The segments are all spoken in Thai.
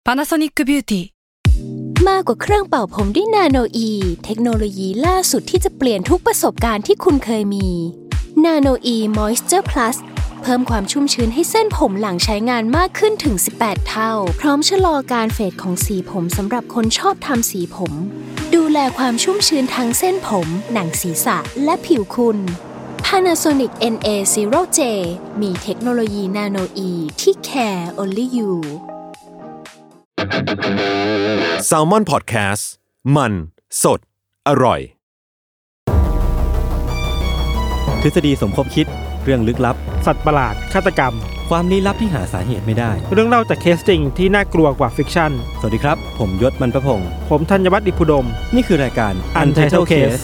Panasonic Beauty มากกว่าเครื่องเป่าผมด้วยนาโนอีเทคโนโลยีล่าสุดที่จะเปลี่ยนทุกประสบการณ์ที่คุณเคยมีนาโนอีมอยส์เจอร์พลัสเพิ่มความชุ่มชื้นให้เส้นผมหลังใช้งานมากขึ้นถึง18เท่าพร้อมชะลอการเฟดของสีผมสำหรับคนชอบทำสีผมดูแลความชุ่มชื้นทั้งเส้นผมหนังศีรษะและผิวคุณ Panasonic NA0J มีเทคโนโลยีนาโนอีที่ care only you Salmon Podcast มันสดอร่อยทฤษฎีสมคบคิดเรื่องลึกลับสัตว์ประหลาดฆาตกรรมความลี้ลับที่หาสาเหตุไม่ได้เรื่องเล่าจากเคสจริงที่น่ากลัวกว่าฟิกชั่นสวัสดีครับผมยศมันประพงษ์ผมธัญวัฒน์อิพุดมนี่คือรายการ Untitled Case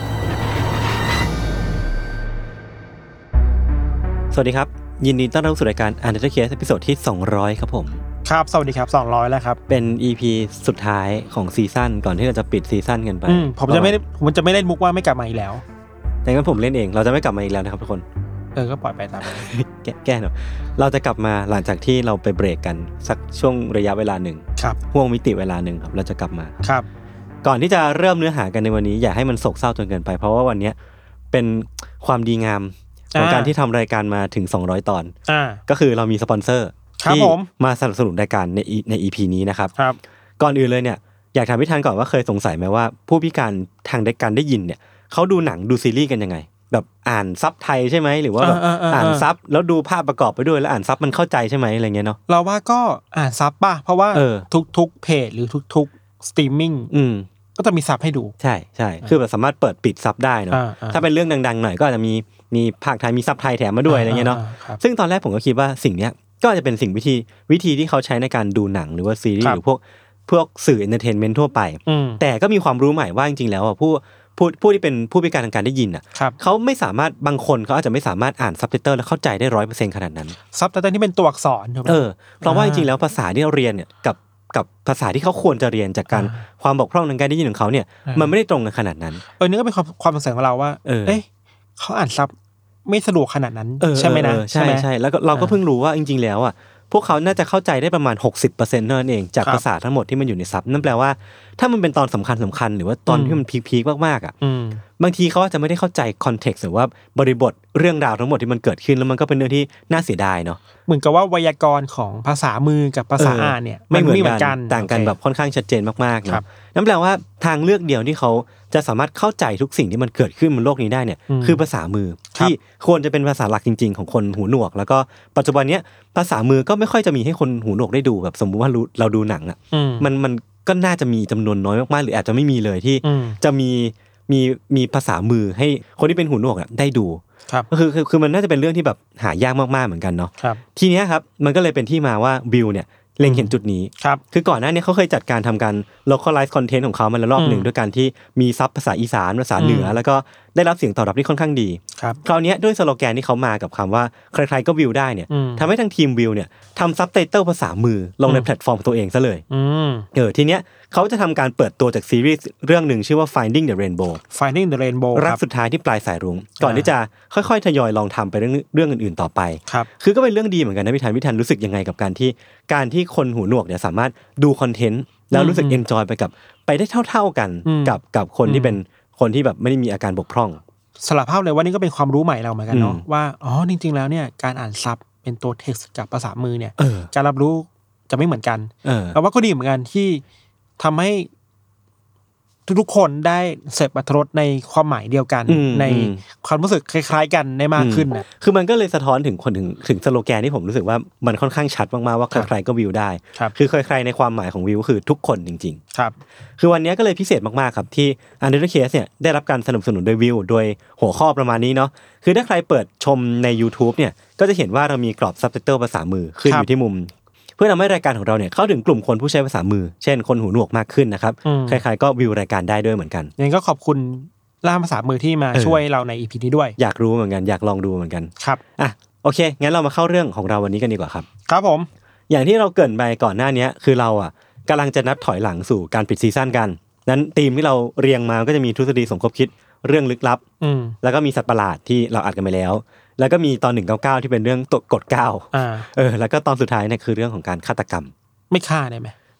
สวัสดีครับยินดีต้อนรับสู่รายการ Untitled Case ตอนที่200ครับผมครับสวัสดีครับ200แล้วครับเป็น EP สุดท้ายของซีซั่นก่อนที่เราจะปิดซีซั่นกันไปผมจะไม่เล่นมุกว่าไม่กลับมาอีกแล้วแต่งั้นผมเล่นเองเราจะไม่กลับมาอีกแล้วนะครับทุกคนก็ปล่อยไปตามแก้เนาะเราจะกลับมาหลังจากที่เราไปเบรกกันสักช่วงระยะเวลาหนึ่งครับห่วงมิติเวลาหนึ่งครับเราจะกลับมาครับก่อนที่จะเริ่มเนื้อหากันในวันนี้อย่าให้มันโศกเศร้าจนเกินไปเพราะว่าวันนี้เป็นความดีงามของการที่ทำรายการมาถึง200ตอนก็คือเรามีสปอนเซอร์ที่มาสนับสนุนรายการใน EP นี้นะครับก่อนอื่นเลยเนี่ยอยากถามพี่ธันก่อนว่าเคยสงสัยไหมว่าผู้พิการทางการได้ยินเนี่ยเขาดูหนังดูซีรีส์กันยังไงแบบอ่านซับไทยใช่ไหมหรือว่าแบบอ่านซับแล้วดูภาพประกอบไปด้วยแล้วอ่านซับมันเข้าใจใช่ไหมอะไรเงี้ยเนาะเราว่าก็อ่านซับป่ะเพราะว่าทุกเพจหรือทุกสตรีมมิ่งก็จะมีซับให้ดูใช่คือแบบสามารถเปิดปิดซับได้เนาะถ้าเป็นเรื่องดังๆหน่อยก็อาจจะมีภาคไทยมีซับไทยแถมมาด้วยอะไรเงี้ยเนาะซึ่งตอนแรกผมก็คิดว่าสิ่งเนี้ยก็จะเป็นสิ่งวิธีที่เขาใช้ในการดูหนังหรือว่าซีรีส์หรือพวกสื่อเอนเตอร์เทนเมนต์ทั่วไปแต่ก็มีความรู้ใหม่ว่าจริงๆแล้วอ่ะผู้ที่เป็นผู้พิการทางการได้ยินอ่ะเขาไม่สามารถบางคนเขาอาจจะไม่สามารถอ่านซับไตเติลแล้วเข้าใจได้ 100% ขนาดนั้นซับไตเติลที่เป็นตัวอักษรถูกมั้ยเพราะว่าจริงๆแล้วภาษาที่เราเรียนเนี่ยกับภาษาที่เขาควรจะเรียนจากการความบกพร่องทางการได้ยินของเขาเนี่ยมันไม่ได้ตรงกันขนาดนั้นนี่ก็เป็นความสงสัยของเราว่าเขาอ่านซับไม่สะดวกขนาดนั้นใช่ไหมนะใช่แล้วเราก็เพิ่งรู้ว่าจริงๆแล้วอ่ะพวกเขาน่าจะเข้าใจได้ประมาณ 60% นั่นเองจากภาษาทั้งหมดที่มันอยู่ในซับนั่นแปลว่าถ้ามันเป็นตอนสำคัญหรือว่าตอนที่มันพีคๆมากๆอ่ะบางทีเขาอาจจะไม่ได้เข้าใจคอนเท็กซ์หรือว่าบริบทเรื่องราวทั้งหมดที่มันเกิดขึ้นแล้วมันก็เป็นเรื่องที่น่าเสียดายเนาะเหมือนกับว่าไวยากรณ์ของภาษามือกับภาษาอ่านเนี่ยไม่เหมือนกันต่างกันแบบค่อนข้างชัดเจนมากๆนะนั่นแปลว่าทางเลือกเดียวที่เขาจะสามารถเข้าใจทุกสิ่งที่มันเกิดขึ้นบนโลกนี้ได้เนี่ยคือภาษามือที่ควรจะเป็นภาษาหลักจริงๆของคนหูหนวกแล้วก็ปัจจุบันเนี้ยภาษามือก็ไม่ค่อยจะมีให้คนหูหนวกได้ดูแบบสมมุติว่าเราดูหนังอ่ะมันก็น่าจะมีจำนวนน้อยมากๆหรืออาจจะไม่มีเลยที่จะมีภาษามือให้คนที่เป็นหูหนวกได้ดูก็คือมันน่าจะเป็นเรื่องที่แบบหายากมากๆเหมือนกันเนาะทีเนี้ยครับมันก็เลยเป็นที่มาว่าวิวเนี่ยเล็งเห็นจุดนี้คือก่อนหน้านี้เขาเคยจัดการทำการ localize content ของเขามาแล้วรอบหนึ่งด้วยการที่มีซับภาษาอีสานภาษาเหนือแล้วก็ได้รับเสียงตอบรับที่ค่อนข้างดีคราวนี้ด้วยสโลแกนที่เขามากับคำว่าใครๆก็วิวได้เนี่ยทำให้ทางทีมวิวเนี่ยทำซับไตเติลภาษามือลงในแพลตฟอร์มตัวเองซะเลยทีเนี้ยเขาจะทำการเปิดตัวจากซีรีส์เรื่องหนึ่งชื่อว่า Finding the Rainbow รักสุดท้ายที่ปลายสายรุ้งก่อนที่จะค่อยๆทยอยลองทำไปเรื่องอื่นๆต่อไปคือก็เป็นเรื่องดีเหมือนกันนะพี่ธันรู้สึกยังไงกับการที่คนหูหนวกเนี่ยสามารถดูคอนเทนต์แล้วรู้สึกเอนจอยไปได้เท่าๆกันกับคนที่เป็นคนที่แบบไม่ได้มีอาการบกพร่องสารภาพเลยว่านี่ก็เป็นความรู้ใหม่เราเหมือนกันเนาะว่าจริงๆแล้วเนี่ยการอ่านซับเป็นตัวเท็กซ์จากภาษามือเนี่ยการรับรู้จะไม่เหมือนกันเราว่าก็ดีเหมือนกันที่ทำให้ทุกคนได้เสพอรรถรสในความหมายเดียวกันในความรู้สึกคล้ายๆกันได้มากขึ้นนะคือมันก็เลยสะท้อนถึงสโลแกนที่ผมรู้สึกว่ามันค่อนข้างชัดมากๆว่าใครๆก็วิวได้คือใครๆในความหมายของวิวคือทุกคนจริงๆครับคือวันนี้ก็เลยพิเศษมากๆครับที่ Untitled Case เนี่ยได้รับการสนับสนุนโดยวิวโดยหัวข้อประมาณนี้เนาะคือถ้าใครเปิดชมใน YouTube เนี่ยก็จะเห็นว่าเรามีกรอบซับไตเติลภาษามือขึ้นอยู่ที่มุมเพื่อทำให้รายการของเราเนี่ยเข้าถึงกลุ่มคนผู้ใช้ภาษามือเช่นคนหูหนวกมากขึ้นนะครับใครๆก็วิวรายการได้ด้วยเหมือนกันยังก็ขอบคุณล่ามภาษามือที่มาช่วยเราใน EP นี้ด้วยอยากรู้เหมือนกันอยากลองดูเหมือนกันครับโอเคงั้นเรามาเข้าเรื่องของเราวันนี้กันดีกว่าครับครับผมอย่างที่เราเกริ่นไปก่อนหน้านี้คือเรากำลังจะนับถอยหลังสู่การปิดซีซั่นกันนั้นธีมที่เราเรียงมาก็จะมีทฤษฎีสมคบคิดเรื่องลึกลับแล้วก็มีสัตว์ประหลาดที่เราอัดกันไปแล้วแล้วก็มีตอน199ที่เป็นเรื่องกฎ9แล้วก็ตอนสุดท้ายเนี่ยคือเรื่องของการฆาตกรรมไม่ฆ่าได้ไหม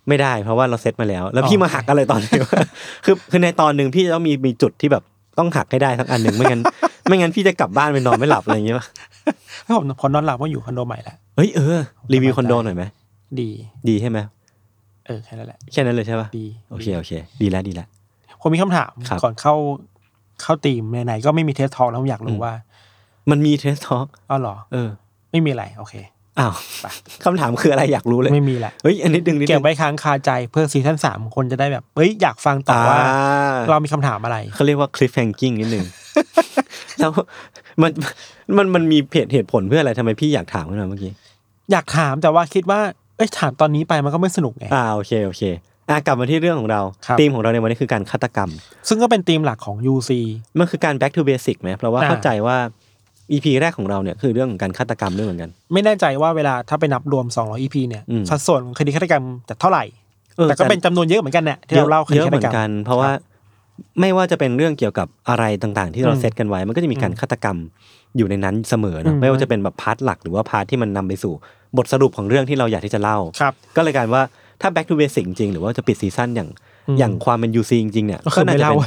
ไม่ได้เพราะว่าเราเซตมาแล้วพี่มาหักอะไรตอนนี้ คือในตอนนึงพี่จะต้องมีจุดที่แบบต้องหักให้ได้สักอันนึงไม่งั้นพี่จะกลับบ้านไปนอนไม่หลับอะไรอย่างเงี้ยผมนอนหลับเพราะอยู่คอนโดใหม่แล้วเฮ้ยรีวิวคอนโดหน่อยมั้ยดีใช่มั้ยแค่นั้นแหละแค่นั้นเลยใช่ป่ะดีโอเคดีแล้วผมมีคำถามก่อนเข้าธีมไหนๆก็ไม่มีเทสทอล์กแล้วผมอยากรู้ว่ามันมีเทสทอล์กอ้าวเหรอไม่มีอะไรโอเคอ้าวคำถามคืออะไรอยากรู้เลยไม่มีแหละเฮ้ยอันนี้ดึงเก็บไว้ค้างคาใจเพื่อซีซั่น3คนจะได้แบบเฮ้ยอยากฟังต่อว่าเรามีคำถามอะไรเขาเรียกว่า cliffhanging นิดนึง แล้วมันมีเหตุผลเพื่ออะไรทำไมพี่อยากถามขึ้นมาเมื่อกี้อยากถามแต่ว่าคิดว่าถามตอนนี้ไปมันก็ไม่สนุกไงโอเคกลับมาที่เรื่องของเราธีมของเราในวันนี้คือการฆาตกรรมซึ่งก็เป็นธีมหลักของ UC มันคือการ back to basic มั้ยเพราะว่าเข้าใจว่า EP แรกของเราเนี่ยคือเรื่องของการฆาตกรรมด้วยเหมือนกันไม่แน่ใจว่าเวลาถ้าไปนับรวม200 EP เนี่ยสัดส่วนคดีฆาตกรรมจะเท่าไหร่แต่ก็เป็นจำนวนเยอะเหมือนกันเนี่ยที่เราเล่าคดีฆาตกรรมเพราะว่าไม่ว่าจะเป็นเรื่องเกี่ยวกับอะไรต่างๆที่เราเซตกันไว้มันก็จะมีการฆาตกรรมอยู่ในนั้นเสมอนะไม่ว่าจะเป็นแบบพาร์ทหลักหรือว่าพาร์ทที่มันนำไปสู่บทสรุปของเรื่องที่เราอยากที่จะเล่าก็เลยกลายว่าถ้า back to basic จริงหรือว่าจะปิดซีซั่นอย่างความเป็น UC จริงๆเนี่ยก็น่าจะเป็น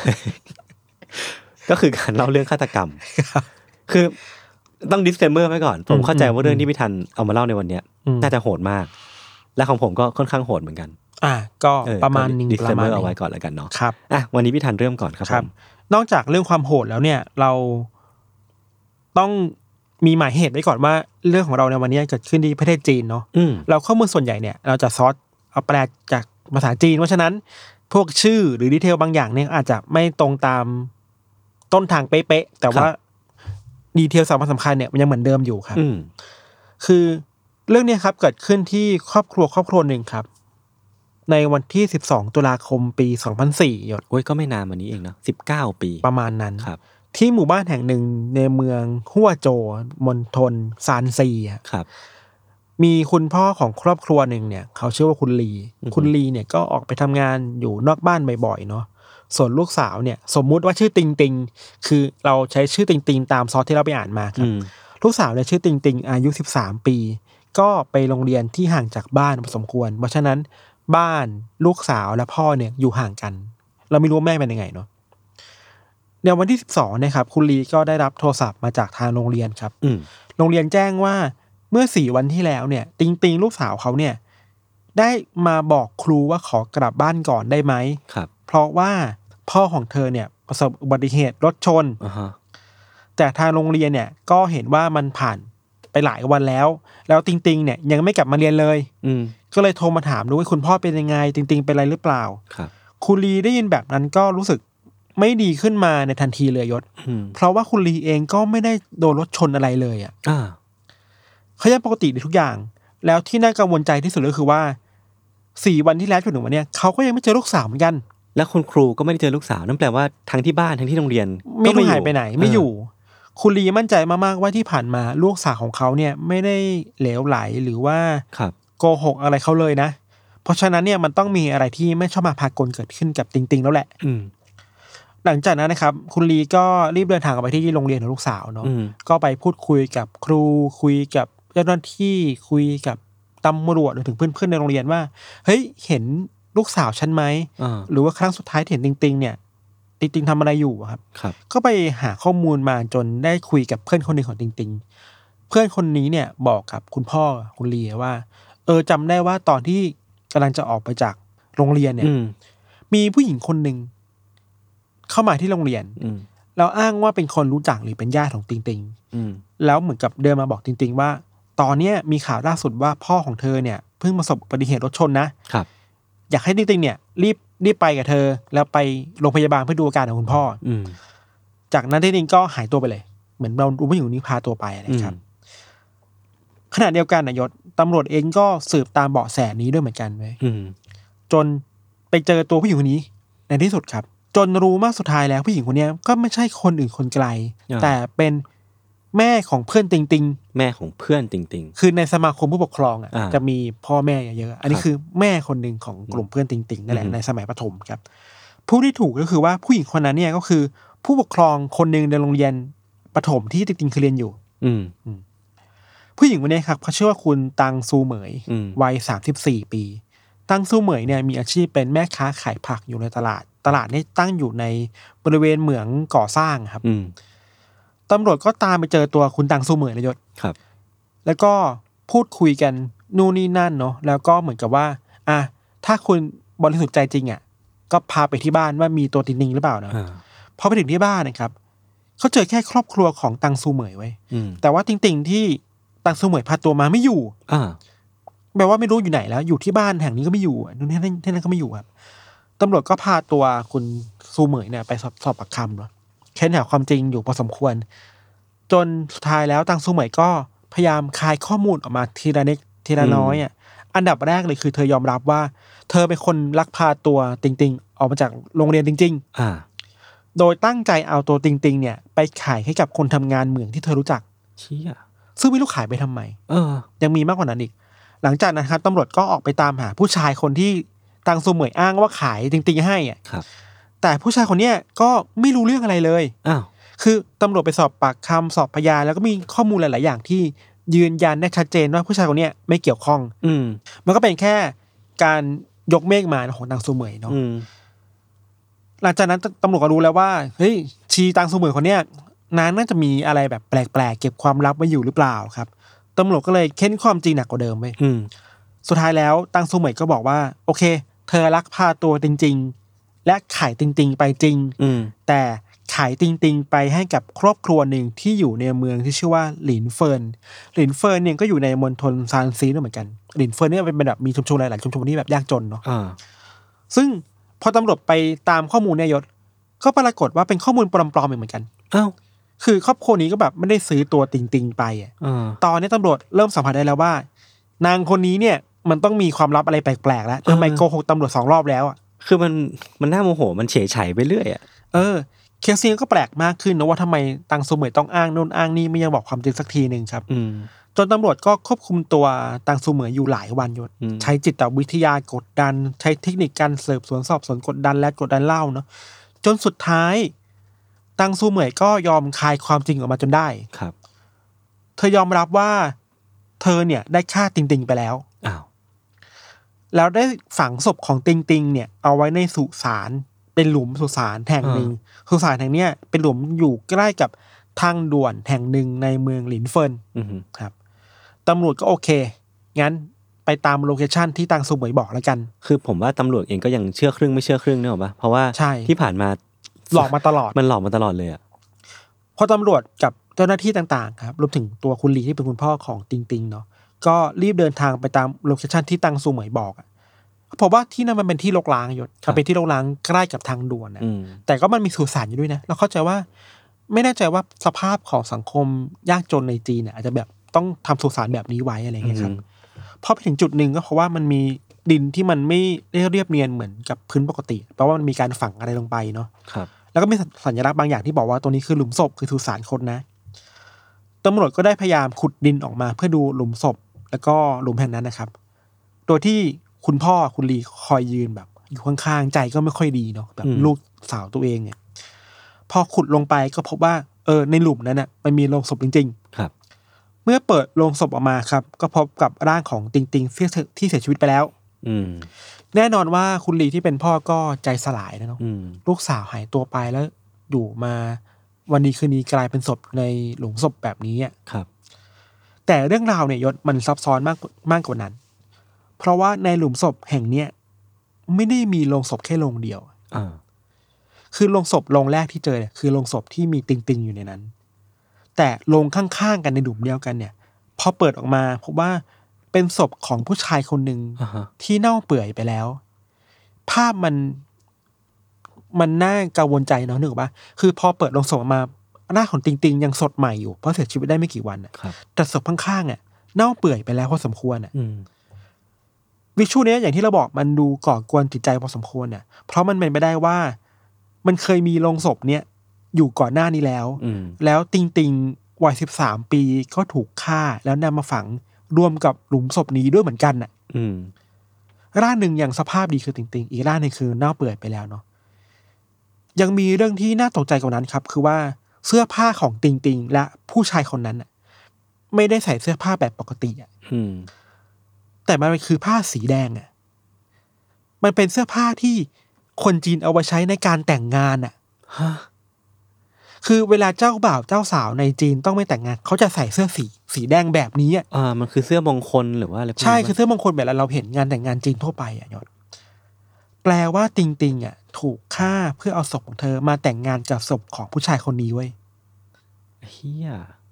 ก็คือการเล่าเรื่องฆาตกรรมคือต้อง disclaimer ไว้ก่อนผมเข้าใจว่าเรื่องที่พี่ทันเอามาเล่าในวันนี้น่าจะโหดมากและของผมก็ค่อนข้างโหดเหมือนกันก็ประมาณนึง disclaimer เอาไว้ก่อนแล้วกันเนาะครับวันนี้พี่ทันเริ่มก่อนครับผมนอกจากเรื่องความโหดแล้วเนี่ยเราต้องมีหมายเหตุไว้ก่อนว่าเรื่องของเราในวันนี้เกิดขึ้นที่ประเทศจีนเนาะเราข้อมูลส่วนใหญ่เนี่ยเราจะซอร์สเอาแปลจากภาษาจีนเพราะฉะนั้นพวกชื่อหรือดีเทลบางอย่างเนี่ยอาจจะไม่ตรงตามต้นทางเป๊ะๆแต่ว่าดีเทลสำคัญเนี่ยมันยังเหมือนเดิมอยู่ครับคือเรื่องนี้ครับเกิดขึ้นที่ครอบครัวหนึ่งครับในวันที่12ตุลาคมปี2004 โอ้ยก็ไม่นานมานี้เองเนาะ19ปีประมาณนั้นครับที่หมู่บ้านแห่งหนึ่งในเมืองฮั่วโจวมณฑลซานซีครับมีคุณพ่อของครอบครัวหนึ่งเนี่ยเขาชื่อว่าคุณลีเนี่ยก็ออกไปทำงานอยู่นอกบ้านบ่อยๆเนาะส่วนลูกสาวเนี่ยสมมุติว่าชื่อติงคือเราใช้ชื่อติงตามซอสที่เราไปอ่านมาครับลูกสาวเนี่ยชื่อติงอายุ13ปีก็ไปโรงเรียนที่ห่างจากบ้านพอสมควรเพราะฉะนั้นบ้านลูกสาวและพ่อเนี่ยอยู่ห่างกันเราไม่รู้แม่เป็นยังไงเนาะในวันที่12นะครับคุณลีก็ได้รับโทรศัพท์มาจากทางโรงเรียนครับโรงเรียนแจ้งว่าเมื่อ4วันที่แล้วเนี่ยติงลูกสาวเขาเนี่ยได้มาบอกครูว่าขอกลับบ้านก่อนได้ไหมเพราะว่าพ่อของเธอเนี่ยประสบอุบัติเหตุรถชนแต่ทางโรงเรียนเนี่ยก็เห็นว่ามันผ่านไปหลายวันแล้วติงเนี่ยยังไม่กลับมาเรียนเลยก็เลยโทรมาถามดูว่าคุณพ่อเป็นยังไงติงเป็นอะไรหรือเปล่าคุณลีได้ยินแบบนั้นก็รู้สึกไม่ดีขึ้นมาในทันทีเลยยศเพราะว่าคุณลีเองก็ไม่ได้โดนรถชนอะไรเลยเขายังปกติดีทุกอย่างแล้วที่น่ากังวลใจที่สุดก็คือว่า4วันที่แล้วจนถึงวันนี้เขาก็ยังไม่เจอลูกสาวเหมือนกันแล้วคุณครูก็ไม่ได้เจอลูกสาวนั่นแปลว่าทั้งที่บ้านทั้งที่โรงเรียนไม่รู้หายไปไหนไม่อยู่คุณลีมั่นใจมากๆว่าที่ผ่านมาลูกสาวของเขาเนี่ยไม่ได้เหลวไหลหรือว่าโกหกอะไรเขาเลยนะเพราะฉะนั้นเนี่ยมันต้องมีอะไรที่ไม่ชอบมาพากลเกิดขึ้นกับติงแล้วแหละหลังจากนั้นนะครับคุณลีก็รีบเดินทางไปที่โรงเรียนของลูกสาวเนาะก็ไปพูดคุยกับครูคุยกับเจ้าหน้าที่คุยกับตำรวจรวมถึงเพื่อนๆในโรงเรียนว่าเฮ้ยเห็นลูกสาวฉันไหมหรือว่าครั้งสุดท้ายเห็นติงเนี่ยติงทำอะไรอยู่ครับก็ไปหาข้อมูลมาจนได้คุยกับเพื่อนคนหนึ่งของติงเพื่อนคนนี้เนี่ยบอกกับคุณพ่อคุณลีว่าจำได้ว่าตอนที่กำลังจะออกไปจากโรงเรียนเนี่ยมีผู้หญิงคนหนึ่งเข้ามาที่โรงเรียนแล้วอ้างว่าเป็นคนรู้จักหรือเป็นญาติของติงแล้วเหมือนกับเดินมาบอกติงว่าตอนนี้มีข่าวล่าสุดว่าพ่อของเธอเนี่ยเพิ่งประสบอุบัติเหตุรถชนนะครับอยากให้ติงเนี่ยรีบไปกับเธอแล้วไปโรงพยาบาลเพื่อดูอาการของคุณพ่อจากนั้นติงก็หายตัวไปเลยเหมือนเราผู้หญิงคนนี้พาตัวไปนะครับขณะเดียวกันนายศตำรวจเองก็สืบตามเบาะแสนี้ด้วยเหมือนกันเว้ยจนไปเจอตัวผู้หญิงคนนี้ในที่สุดครับจนรู้มากสุดท้ายแล้วผู้หญิงคนนี้ก็ไม่ใช่คนอื่นคนไกลแต่เป็นแม่ของเพื่อนติงแม่ของเพื่อนติงคือในสมาคมผู้ปกครองจะมีพ่อแม่เยอะอันนี้คือแม่คนหนึ่งของกลุ่มเพื่อนติงนั่นแหละในสมัยประถมครับผู้ที่ถูกก็คือว่าผู้หญิงคนนั้นเนี่ยก็คือผู้ปกครองคนหนึ่งในโรงเรียนประถมที่ติงเคยเรียนอยู่ผู้หญิงคนนี้ครับเขาชื่อว่าคุณตังซูเหมยวัย34ปีตังซูเหมยเนี่ยมีอาชีพเป็นแม่ค้าขายผักอยู่ในตลาดนี้ตั้งอยู่ในบริเวณเหมืองก่อสร้างครับตำรวจก็ตามไปเจอตัวคุณตังซูเหมยเลยยศครับแล้วก็พูดคุยกันนู่นนี่นั่นเนาะแล้วก็เหมือนกับว่าถ้าคุณบริสุทธิ์ใจจริงอ่ะก็พาไปที่บ้านว่ามีตัวติงติงหรือเปล่าเนาะพอไปถึงที่บ้านนะครับเขาเจอแค่ครอบครัวของตังซูเหมยไว้แต่ว่าติงติงที่ตังซูเหมยพาตัวมาไม่อยู่แปลว่าไม่รู้อยู่ไหนแล้วอยู่ที่บ้านแห่งนี้ก็ไม่อยู่นู่นที่นั่นก็ไม่อยู่ครับตำรวจก็พาตัวคุณซูเหมยเนี่ยไปสอบปากคำเนาะเค้นหาความจริงอยู่พอสมควรจนสุดท้ายแล้วตังซูเหมยก็พยายามคายข้อมูลออกมาทีละเล็กทีละน้อยอันดับแรกเลยคือเธอยอมรับว่าเธอเป็นคนลักพาตัวติงติงออกมาจากโรงเรียนจริงๆโดยตั้งใจเอาตัวติงติงเนี่ยไปขายให้กับคนทำงานเหมืองที่เธอรู้จักเชี่ยซึ่งไม่รู้ขายไปทำไมยังมีมากกว่านั้นอีกหลังจากนั้นครับตำรวจก็ออกไปตามหาผู้ชายคนที่ตังซูเหมยอ้างว่าขายติงติงให้แต่ผู้ชายคนเนี้ยก็ไม่รู้เรื่องอะไรเลยคือตำรวจไปสอบปากคำสอบพยานแล้วก็มีข้อมูลหลายๆอย่างที่ยืนยันได้ชัดเจนว่าผู้ชายคนนี้ไม่เกี่ยวข้องมันก็เป็นแค่การยกเมฆมาของตังซูเหมยเนาะหลังจากนั้นตำรวจก็รู้แล้วว่าเฮ้ยชีตังซูเหมยคนเนี้ยน่าจะมีอะไรแบบแปลกๆเก็บความลับไว้อยู่หรือเปล่าครับตำรวจก็เลยเค้นความจริงหนักกว่าเดิมไปสุดท้ายแล้วตังซูเหมยก็บอกว่าโอเคเธอลักพาตัวจริงๆและขายติงๆไปจริงแต่ขายติงติงไปให้กับครอบครัวหนึ่งที่อยู่ในเมืองที่ชื่อว่าหลินเฟินเนี่ยก็อยู่ในมณฑลซานซีด้วยเหมือนกันหลินเฟินเนี่ยเป็นแบบมีชุมชนหลายๆชุมชนที่แบบยากจนเนาะซึ่งพอตำรวจไปตามข้อมูลเนี่ยยศก็ปรากฏว่าเป็นข้อมูลปลอมๆเหมือนกันคือครอบครัวนี้ก็แบบไม่ได้ซื้อตัวติงติงไปตอนนี้ตำรวจเริ่มสัมผัสได้แล้วว่านางคนนี้เนี่ยมันต้องมีความลับอะไรแปลกๆแล้วทำไมโกหกตำรวจ2 รอบแล้วอ่ะคือมันน่าโมโหมันเฉยๆไปเรื่อยอ่ะเคสนี้ก็แปลกมากขึ้นนะว่าทำไมตังซูเหมยต้องอ้างโน่นอ้างนี่ไม่ยังบอกความจริงสักทีนึงครับจนตำรวจก็ควบคุมตัวตังซูเหมยอยู่หลายวันยศใช้จิตวิทยากดดันใช้เทคนิคการสืบสวนสอบสวนกดดันและกดดันเล่าเนาะจนสุดท้ายตังซูเหมยก็ยอมคายความจริงออกมาจนได้ครับเธอยอมรับว่าเธอเนี่ยได้ฆ่าติงติงไปแล้วแล้วได้ฝังศพของติงติงเนี่ยเอาไว้ในสุสานเป็นหลุมสุสานแห่งหนึ่งสุสานแห่งเนี้ยเป็นหลุมอยู่ใกล้กับทางด่วนแห่งหนึ่งในเมืองหลินเฟินครับตำรวจก็โอเคงั้นไปตามโลเคชั่นที่ตังซูเหมยบอกแล้วกันคือผมว่าตำรวจเองก็ยังเชื่อครึ่งไม่เชื่อครึ่งเนี่ยหรอปะเพราะว่าที่ผ่านมาหลอกมาตลอดมันหลอกมาตลอดเลยอ่ะพอตำรวจกับเจ้าหน้าที่ต่างๆครับรวมถึงตัวคุณลีที่เป็นคุณพ่อของติงติงเนาะก็รีบเดินทางไปตามโลเคชั่นที่ตังซูเหมยบอกผมว่าที่นั่นมันเป็นที่รกร้างยศมันเป็นที่รกร้างใกล้กับทางด่วนนะแต่ก็มันมีสุสานอยู่ด้วยนะเราเข้าใจว่าไม่แน่ใจว่าสภาพของสังคมยากจนในจีนเนี่ยอาจจะแบบต้องทำสุสานแบบนี้ไว้อะไรเงี้ยครับพอไปถึงจุดหนึ่งก็เพราะว่ามันมีดินที่มันไม่ได้เรียบเนียนเหมือนกับพื้นปกติเพราะว่ามันมีการฝังอะไรลงไปเนาะแล้วก็มีสัญลักษณ์บางอย่างที่บอกว่าตัวนี้คือหลุมศพคือสุสานคนนะตำรวจก็ได้พยายามขุดดินออกมาเพื่อดูหลุมศพแล้วก็หลุมแห่งนั้นนะครับโดยที่คุณพ่อคุณลีคอยยืนแบบอยู่ข้างๆใจก็ไม่ค่อยดีเนาะแบบลูกสาวตัวเองเนี่ยพอขุดลงไปก็พบว่าในหลุมนั้นน่ะมันมีโลงศพจริงๆครับเมื่อเปิดโลงศพออกมาครับก็พบกับร่างของติงติงที่เสียชีวิตไปแล้วแน่นอนว่าคุณลีที่เป็นพ่อก็ใจสลายนะเนาะลูกสาวหายตัวไปแล้วอยู่มาวันนี้คืนนี้กลายเป็นศพในหลุมศพแบบนี้อ่ะครับแต่เรื่องราวเนี่ยยศมันซับซ้อนมากกว่านั้นเพราะว่าในหลุมศพแห่งเนี้ยไม่ได้มีโลงศพแค่โลงเดียวคือโลงศพโลงแรกที่เจอเนี่ยคือโลงศพที่มีติงๆอยู่ในนั้นแต่โลงข้างๆกันในหลุมเดียวกันเนี่ยพอเปิดออกมาพบว่าเป็นศพของผู้ชายคนหนึ่งที่เน่าเปื่อยไปแล้วภาพมันน่ากังวลใจเนาะนึกว่าคือพอเปิดโลงศพออกมาหน้าของติงๆยังสดใหม่อยู่เพราะเสียชีวิตได้ไม่กี่วันแต่ศพข้างๆเน่าเปื่อยไปแล้วพอสมควรวิชวลเนี้ยอย่างที่เราบอกมันดูก่อกวนจิตใจพอสมควรเนี่ยเพราะมันเป็นไปได้ว่ามันเคยมีโลงศพเนี่ยอยู่ก่อนหน้านี้แล้วติงวัย13 ปีก็ถูกฆ่าแล้วนำมาฝังรวมกับหลุมศพนี้ด้วยเหมือนกันน่ะร่างหนึ่งอย่างสภาพดีคือติงอีกร่างนึงคือเน่าเปื่อยไปแล้วเนาะยังมีเรื่องที่น่าตกใจกว่านั้นครับคือว่าเสื้อผ้าของติงและผู้ชายคนนั้นน่ะไม่ได้ใส่เสื้อผ้าแบบปกติแต่มันคือผ้าสีแดงมันเป็นเสื้อผ้าที่คนจีนเอาไว้ใช้ในการแต่งงานอ่ะคือเวลาเจ้าบ่าวเจ้าสาวในจีนต้องไม่แต่งงานเขาจะใส่เสื้อสีแดงแบบนี้อ่ะมันคือเสื้อมงคลหรือว่าอะไรใช่คือเสื้อมงคลแบบเราเห็นงานแต่งงานจีนทั่วไปอ่ะยศแปลว่าติงติงอ่ะถูกฆ่าเพื่อเอาศพของเธอมาแต่งงานกับศพของผู้ชายคนนี้เว้ยเฮีย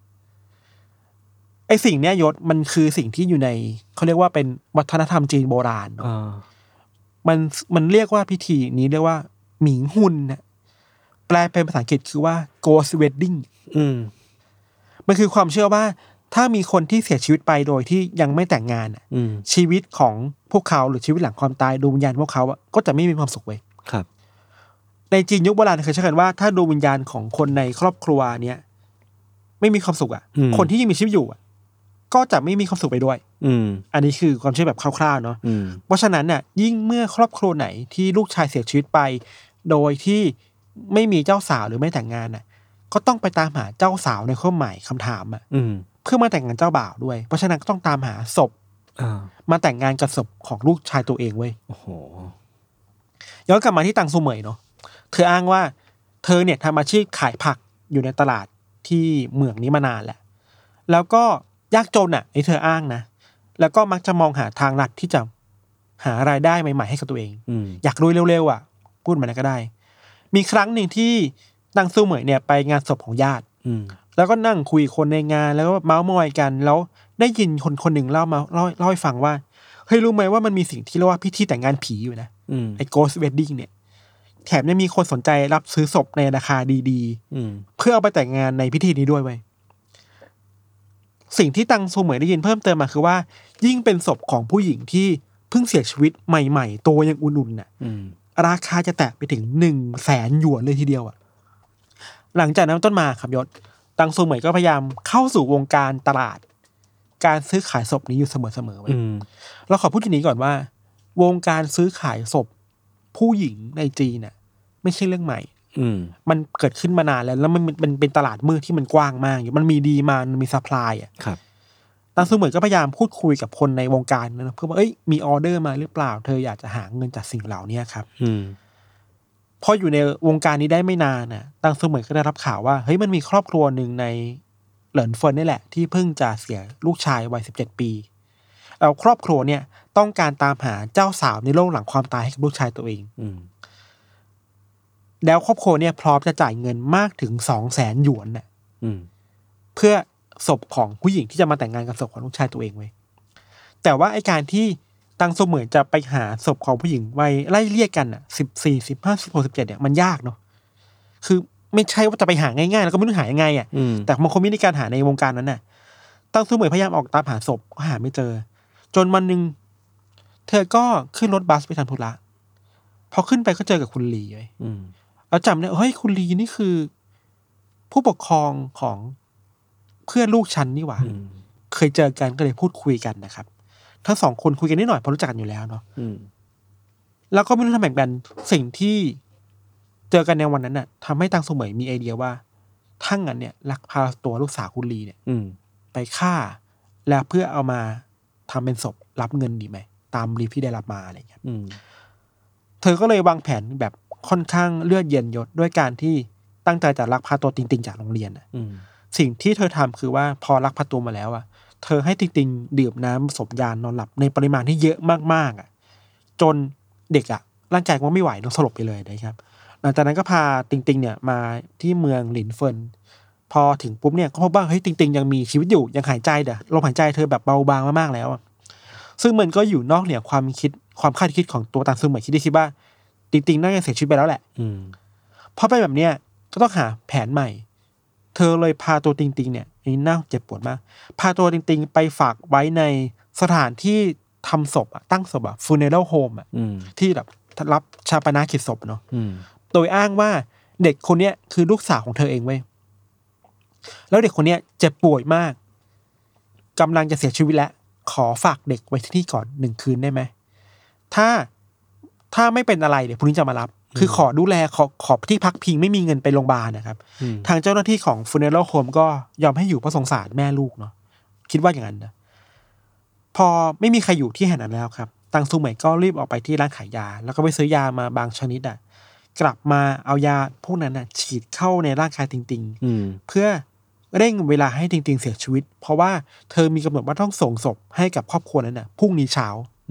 ไอสิ่งเนี้ยยศมันคือสิ่งที่อยู่ในเขาเรียกว่าเป็นวัฒนธรรมจีนโบราณมันเรียกว่าพิธีนี้เรียกว่าหมิงฮุนนะแปลเป็นภาษาอังกฤษคือว่า ghost wedding มันคือความเชื่อว่าถ้ามีคนที่เสียชีวิตไปโดยที่ยังไม่แต่งงานชีวิตของพวกเขาหรือชีวิตหลังความตายดวงวิญญาณพวกเขาก็จะไม่มีความสุขเว้ยครับในจีนยุคโบราณเคยเชื่อกันว่าถ้าดวงวิญญาณของคนในครอบครัวเนี้ยไม่มีความสุขคนที่ยังมีชีวิตอยู่ก็จะไม่มีความสุขไปด้วยอันนี้คือความเชื่อแบบคร่าวๆเนาะเพราะฉะนั้นน่ะยิ่งเมื่อครอบครัวไหนที่ลูกชายเสียชีวิตไปโดยที่ไม่มีเจ้าสาวหรือไม่แต่งงานน่ะก็ต้องไปตามหาเจ้าสาวในข้อหมายคำถามเพื่อมาแต่งงานเจ้าบ่าวด้วยเพราะฉะนั้นก็ต้องตามหาศพมาแต่งงานกับศพของลูกชายตัวเองเว้ยโอ้โหย้อนกลับมาที่ตังซูเหมยเนาะเธออ้างว่าเธอเนี่ยทำอาชีพขายผักอยู่ในตลาดที่เมืองนี้มานานแหละแล้วก็ยากจนไอ้เธออ้างนะแล้วก็มักจะมองหาทางลัดที่จะหารายได้ใหม่ๆให้กับตัวเองอยากรวยเร็วๆพูดมาแล้วก็ได้มีครั้งหนึ่งที่ตังซูเหมยเนี่ยไปงานศพของญาติแล้วก็นั่งคุยคนในงานแล้วก็เมาส์มอยกันแล้วได้ยินคนหนึ่งเล่าให้ฟังว่าเฮ้ยรู้ไหมว่ามันมีสิ่งที่เรียกว่าพิธีแต่งงานผีอยู่นะไอ้ ghost wedding เนี่ยแถมยังมีคนสนใจรับซื้อศพในราคาดีๆเพื่อเอาไปแต่งงานในพิธีนี้ด้วยเว้ยสิ่งที่ตังซูเหมยได้ยินเพิ่มเติมมาคือว่ายิ่งเป็นศพของผู้หญิงที่เพิ่งเสียชีวิตใหม่ๆตัวยังอุ่นๆน่ะราคาจะแตะไปถึง 100,000 หยวนเลยทีเดียวหลังจากนั้นต้นมาครับยศตังซูเหมยก็พยายามเข้าสู่วงการตลาดการซื้อขายศพนี้อยู่เสมอๆไว้เราขอพูดทีนี้ก่อนว่าวงการซื้อขายศพผู้หญิงในจีนน่ะไม่ใช่เรื่องใหม่มันเกิดขึ้นมานานแล้วมันเป็นตลาดมืดที่มันกว้างมากอยู่มันมีดีมามันมีซัพพลายครับตังซูเหมยก็พยายามพูดคุยกับคนในวงการนะเพื่อว่ามีออเดอร์มาหรือเปล่าเธออยากจะหาเงินจากสิ่งเหล่านี้ครับพออยู่ในวงการนี้ได้ไม่นานน่ะตังซูเหมยก็ได้รับข่าวว่าเฮ้ยมันมีครอบครัวหนึ่งในเหลินเฟินนี่แหละที่เพิ่งจะเสียลูกชายวัย17 ปีแล้วครอบครัวเนี่ยต้องการตามหาเจ้าสาวในโลกหลังความตายให้กับลูกชายตัวเองแล้วครอบครัวเนี่ยพร้อมจะจ่ายเงินมากถึง 200,000 หยวนน่ะเพื่อศพของผู้หญิงที่จะมาแต่งงานกับศพของลูกชายตัวเองไว้แต่ว่าไอ้การที่ตังซูเหมยจะไปหาศพของผู้หญิงวัยไล่เลี่ยกัน14 15 16 17เนี่ยมันยากเนาะคือไม่ใช่ว่าจะไปหาง่ายๆแล้วก็ไม่รู้หายังไงแต่บางคนมีการหาในวงการนั้นน่ะตังซูเหมยพยายามออกตามหาศพก็หาไม่เจอจนวันนึงเธอก็ขึ้นรถบัสไปทำธุระพอขึ้นไปก็เจอกับคุณลีไว้แล้วจำได้เฮ้ยคุณลีนี่คือผู้ปกครองของเพื่อนลูกฉันนี่หว่าเคยเจอกันก็เลยพูดคุยกันนะครับทั้งสองคนคุยกันนิดหน่อยเพราะรู้จักกันอยู่แล้วเนาะแล้วก็ไม่รู้ทำแบบนั้นสิ่งที่เจอกันในวันนั้นน่ะทำให้ตังซูเหมยมีไอเดียว่าถ้างั้นเนี่ยลักพาตัวลูกสาวคุณลีเนี่ยไปฆ่าแล้วเพื่อเอามาทำเป็นศพรับเงินดีไหมตามรีฟที่ได้รับมาอะไรอย่างเงี้ยเธอก็เลยวางแผนแบบค่อนข้างเลือดเย็นยศด้วยการที่ตั้งใจจะลักพาตัวติงติงจากโรงเรียนสิ่งที่เธอทำคือว่าพอลักพาตัวมาแล้วเธอให้ติงติงดื่มน้ำผสมยานอนหลับในปริมาณที่เยอะมากๆจนเด็กร่างกายมันไม่ไหวต้องสลบไปเลยนะครับหลังจากนั้นก็พาติงติงเนี่ยมาที่เมืองหลินเฟินพอถึงปุ๊บเนี่ยก็พบว่าเฮ้ยติงติงยังมีชีวิตอยู่ยังหายใจลมหายใจเธอแบบเบาบางมากๆแล้วซึ่งมันก็อยู่นอกเหนือความคาดคิดของตัวตังซูเหมยคิดว่าติงติงน่าจะเสียชีวิตไปแล้วแหละพอไปแบบเนี้ยก็ต้องหาแผนใหม่เธอเลยพาตัวติงติงเนี่ยนี่น่าเจ็บปวดมากพาตัวติงติงไปฝากไว้ในสถานที่ทำศพตั้งศพfuneral home ที่แบบรับชาปนกิจศพเนาะโดยอ้างว่าเด็กคนเนี้ยคือลูกสาวของเธอเองเว้ยแล้วเด็กคนเนี้ยเจ็บป่วยมากกำลังจะเสียชีวิตแล้วขอฝากเด็กไว้ที่นี่ก่อน1 คืนได้ไหมถ้าไม่เป็นอะไรเดี๋ยวพรุ่งนี้จะมารับคือขอดูแลขอที่พักพิงไม่มีเงินไปโรงพยาบาลนะครับทางเจ้าหน้าที่ของ funeral home ก็ยอมให้อยู่เพราะสงสารแม่ลูกเนาะคิดว่าอย่างนั้นนะพอไม่มีใครอยู่ที่แห่งนั้นแล้วครับตังซูเหมยก็รีบออกไปที่ร้านขายยาแล้วก็ไปซื้อยามาบางชนิดกลับมาเอายาพวกนั้นฉีดเข้าในร่างกายติงติงเพื่อเร่งเวลาให้ติงติงเสียชีวิตเพราะว่าเธอมีกำหนดว่าต้องส่งศพให้กับครอบครัวนั้นพรุ่งนี้เช้า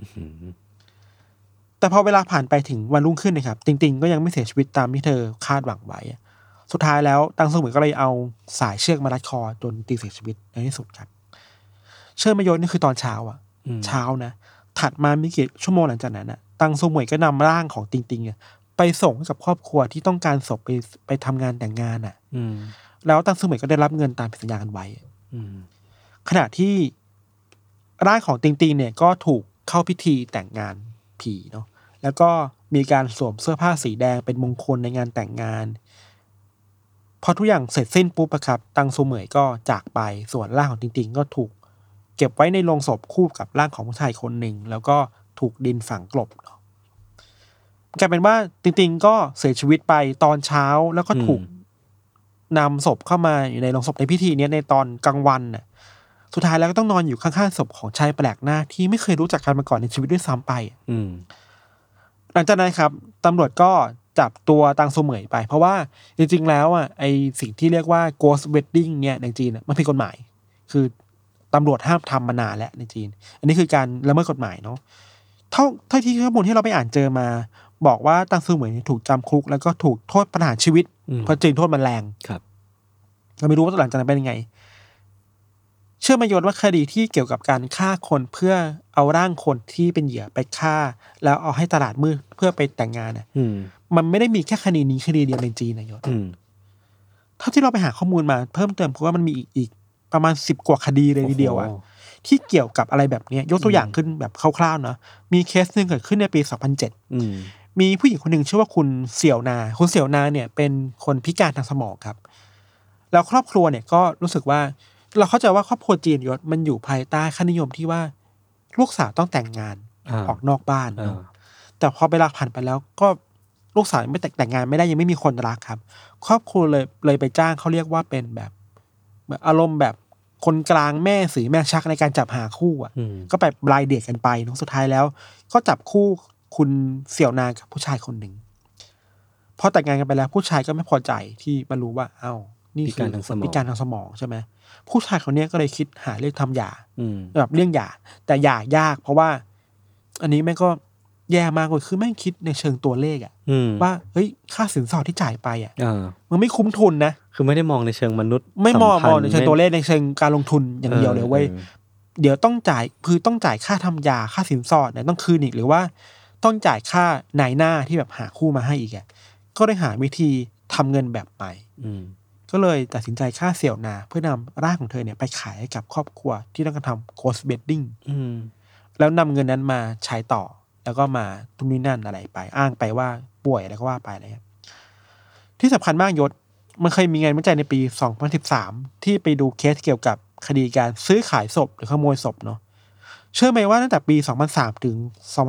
แต่พอเวลาผ่านไปถึงวันรุ่งขึ้นนะครับติงติงก็ยังไม่เสียชีวิตตามที่เธอคาดหวังไว้สุดท้ายแล้วตังซูเหมยก็เลยเอาสายเชือกมารัดคอจนติงเสียชีวิตในที่สุดครับเชื่อไม่ยศนี่คือตอนเช้าเช้านะถัดมาไม่กี่ชั่วโมงหลังจากนั้นตังซูเหมยก็นำร่างของติงติงไปส่งให้กับครอบครัวที่ต้องการศพไปทำงานแต่งงานแล้วตังซูเหมยก็ได้รับเงินตามสัญญากันไว้ขณะที่ร่างของติงติงเนี่ยก็ถูกเข้าพิธีแต่งงานผีเนาะแล้วก็มีการสวมเสื้อผ้าสีแดงเป็นมงคลในงานแต่งงานพอทุกอย่างเสร็จสิ้นปุ๊บครับตังซูเหมยก็จากไปส่วนร่างของติงติงก็ถูกเก็บไว้ในโลงศพคู่กับร่างของผู้ชายคนหนึ่งแล้วก็ถูกดินฝังกลบกลายเป็นว่าติงติงก็เสียชีวิตไปตอนเช้าแล้วก็ถูกนำศพเข้ามาอยู่ในโลงศพในพิธีนี้ในตอนกลางวันสุดท้ายแล้วก็ต้องนอนอยู่ข้างๆศพของชายแปลกหน้าที่ไม่เคยรู้จักกันมาก่อนในชีวิตด้วยซ้ำไปหลังจากนั้นครับตำรวจก็จับตัวตังซูเหมยไปเพราะว่าจริงๆแล้วไอสิ่งที่เรียกว่า ghost wedding เนี่ยในจีนมันผิดกฎหมายคือตำรวจห้ามทำมานานแล้วในจีนอันนี้คือการละเมิดกฎหมายเนาะเท่าที่ข้อมูลที่เราไปอ่านเจอมาบอกว่าตังซูเหมยถูกจำคุกแล้วก็ถูกโทษประหารชีวิตเพราะจีนโทษมันแรงครับเราไม่รู้ว่าหลังจากนั้นเป็นยังไงเชื่อมโยงว่าคดีที่เกี่ยวกับการฆ่าคนเพื่อเอาร่างคนที่เป็นเหยื่อไปฆ่าแล้วเอาให้ตลาดมืดเพื่อไปแต่งงานมันไม่ได้มีแค่คดีนี้คดีเดียวในจีนนะยศเท่าที่เราไปหาข้อมูลมาเพิ่มเติมเพราะว่ามันมีอีกประมาณ10 กว่าคดีเลยทีเดียวที่เกี่ยวกับอะไรแบบนี้ยกตัวอย่างขึ้นแบบคร่าวๆเนาะมีเคสนึงเกิดขึ้นในปี2007มีผู้หญิงคนหนึ่งชื่อว่าคุณเสี่ยวนาคุณเสี่ยวนาเนี่ยเป็นคนพิการทางสมองครับแล้วครอบครัวเนี่ยก็รู้สึกว่าเราเข้าใจว่าครอบครัวจีนยศมันอยู่ภายใต้ค่านิยมที่ว่าลูกสาวต้องแต่งงานออกนอกบ้านแต่พอเวลาผ่านไปแล้วก็ลูกสาวไม่แต่งงานไม่ได้ยังไม่มีคนรักครับครอบครัวเลยไปจ้างเขาเรียกว่าเป็นแบบอารมณ์แบบคนกลางแม่สีแม่ชักในการจับหาคู่ก็ไปรายเดทกันไปเนาะสุดท้ายแล้วก็จับคู่คุณเสี่ยวนากับผู้ชายคนหนึ่งพอแต่งงานกันไปแล้วผู้ชายก็ไม่พอใจที่มารู้ว่าอ้าวนี่คือพิการทางสมองใช่ไหมผู้ชายคนนี้ก็เลยคิดหาเรื่องทำหย่าแบบเรื่องหย่าแต่หย่ายากเพราะว่าอันนี้แม่งก็แย่มากเลยคือแม่งคิดในเชิงตัวเลขว่าเฮ้ยค่าสินสอดที่จ่ายไปมันไม่คุ้มทุนนะคือไม่ได้มองในเชิงมนุษย์ไม่มองในเชิงตัวเลขในเชิงการลงทุนอย่างเดียวเลยเว้ยเดี๋ยวต้องจ่ายคือต้องจ่ายค่าทำหย่าค่าสินสอดเนี่ยต้องคืนอีกหรือว่าต้องจ่ายค่านายหน้าที่แบบหาคู่มาให้อีกก็ได้หาวิธีทำเงินแบบใหม่ก็เลยตัดสินใจฆ่าเสี่ยวนาเพื่อนำร่างของเธอเนี่ยไปขายให้กับครอบครัวที่ต้องการทำ ghost wedding แล้วนำเงินนั้นมาใช้ต่อแล้วก็มาทุ่มนี่นั่นอะไรไปอ้างไปว่าป่วยอะไรก็ว่าไปอะไรครับที่สำคัญมากยศมันเคยมีงานวิจัยในปี2013ที่ไปดูเคสเกี่ยวกับคดีการซื้อขายศพหรือขโมยศพเนาะเชื่อไหมว่าตั้งแต่ปี2003ถึง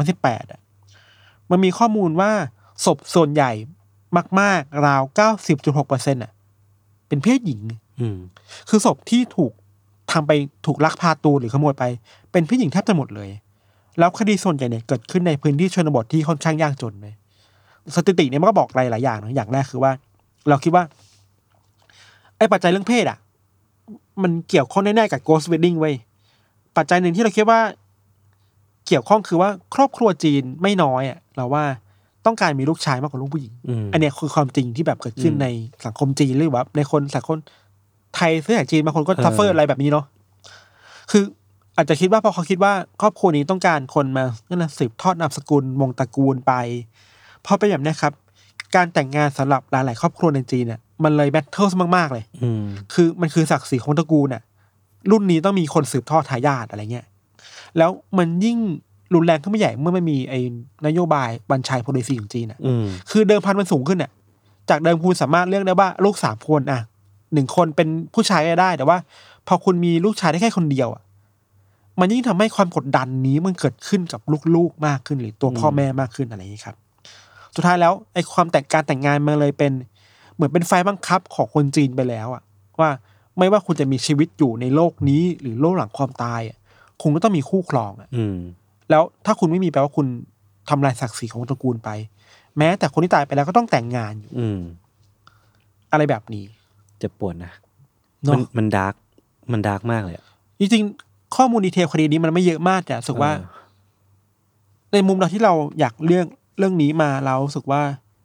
2018มันมีข้อมูลว่าศพส่วนใหญ่มากๆราว 90.6% เป็นเพศหญิงคือศพที่ถูกทำไปถูกลักพาตัวหรือขโมยไปเป็นเพศหญิงแทบจะหมดเลยแล้วคดีส่วนใหญ่เนี่ยเกิดขึ้นในพื้นที่ชนบทที่ค่อนข้างยากจนเลยสถิติเนี่ยมันก็บอกหลายอย่างนะอย่างแรกคือว่าเราคิดว่าไอ้ปัจจัยเรื่องเพศมันเกี่ยวข้องแน่ๆกับ ghost wedding เว้ยปัจจัยหนึ่งที่เราคิดว่าเกี่ยวข้องคือว่าครอบครัวจีนไม่น้อยเราว่าต้องการมีลูกชายมากกว่าลูกผู้หญิงอันนี้คือความจริงที่แบบเกิดขึ้นในสังคมจีนหรือว่าในคนสังคมไทยเสื้อแขนจีนบางคนก็ทัฟเฟอร์อะไรแบบนี้เนาะคืออาจจะคิดว่าพอเขาคิดว่าครอบครัวนี้ต้องการคนมาสืบทอดนามสกุลวงตระกูลไปพอเป็นแบบนี้ครับการแต่งงานสำหรับหลายๆครอบครัวในจีนมันเลยแมทเทิลมากๆเลยคือมันคือศักดิ์ศรีของตระกูลรุ่นนี้ต้องมีคนสืบทอดทายาทอะไรเงี้ยแล้วมันยิ่งรุนแรงขึ้นไม่ใหญ่เมื่อไม่มีไอ้นโยบายบัญชัยโพลิซีของจีนคือเดิมพันมันสูงขึ้นจากเดิมคุณสามารถเลือกได้ว่าลูก3 คน1 คนเป็นผู้ชายได้แต่ว่าพอคุณมีลูกชายได้แค่คนเดียวมันยิ่งทำให้ความกดดันนี้มันเกิดขึ้นกับลูกๆมากขึ้นหรือตัวพ่อแม่มากขึ้นอะไรอย่างนี้ครับสุดท้ายแล้วไอ้ความการแต่งงานมันเลยเป็นเหมือนเป็นไฟบังคับของคนจีนไปแล้วว่าไม่ว่าคุณจะมีชีวิตอยู่ในโลกนี้หรือโลกหลังความตายคุณก็ต้องมีคู่ครองแล้วถ้าคุณไม่มีแปลว่าคุณทำลายศักดิ์ศรีของตระกูลไปแม้แต่คนที่ตายไปแล้วก็ต้องแต่งงานอยู่อะไรแบบนี้เจ็บปวดนะมันดาร์กมากเลยจริงๆข้อมูลดีเทลคดีนี้มันไม่เยอะมากแต่รู้สึกว่าในมุมเราที่เราอยากเรื่องนี้มาเรารู้สึกว่า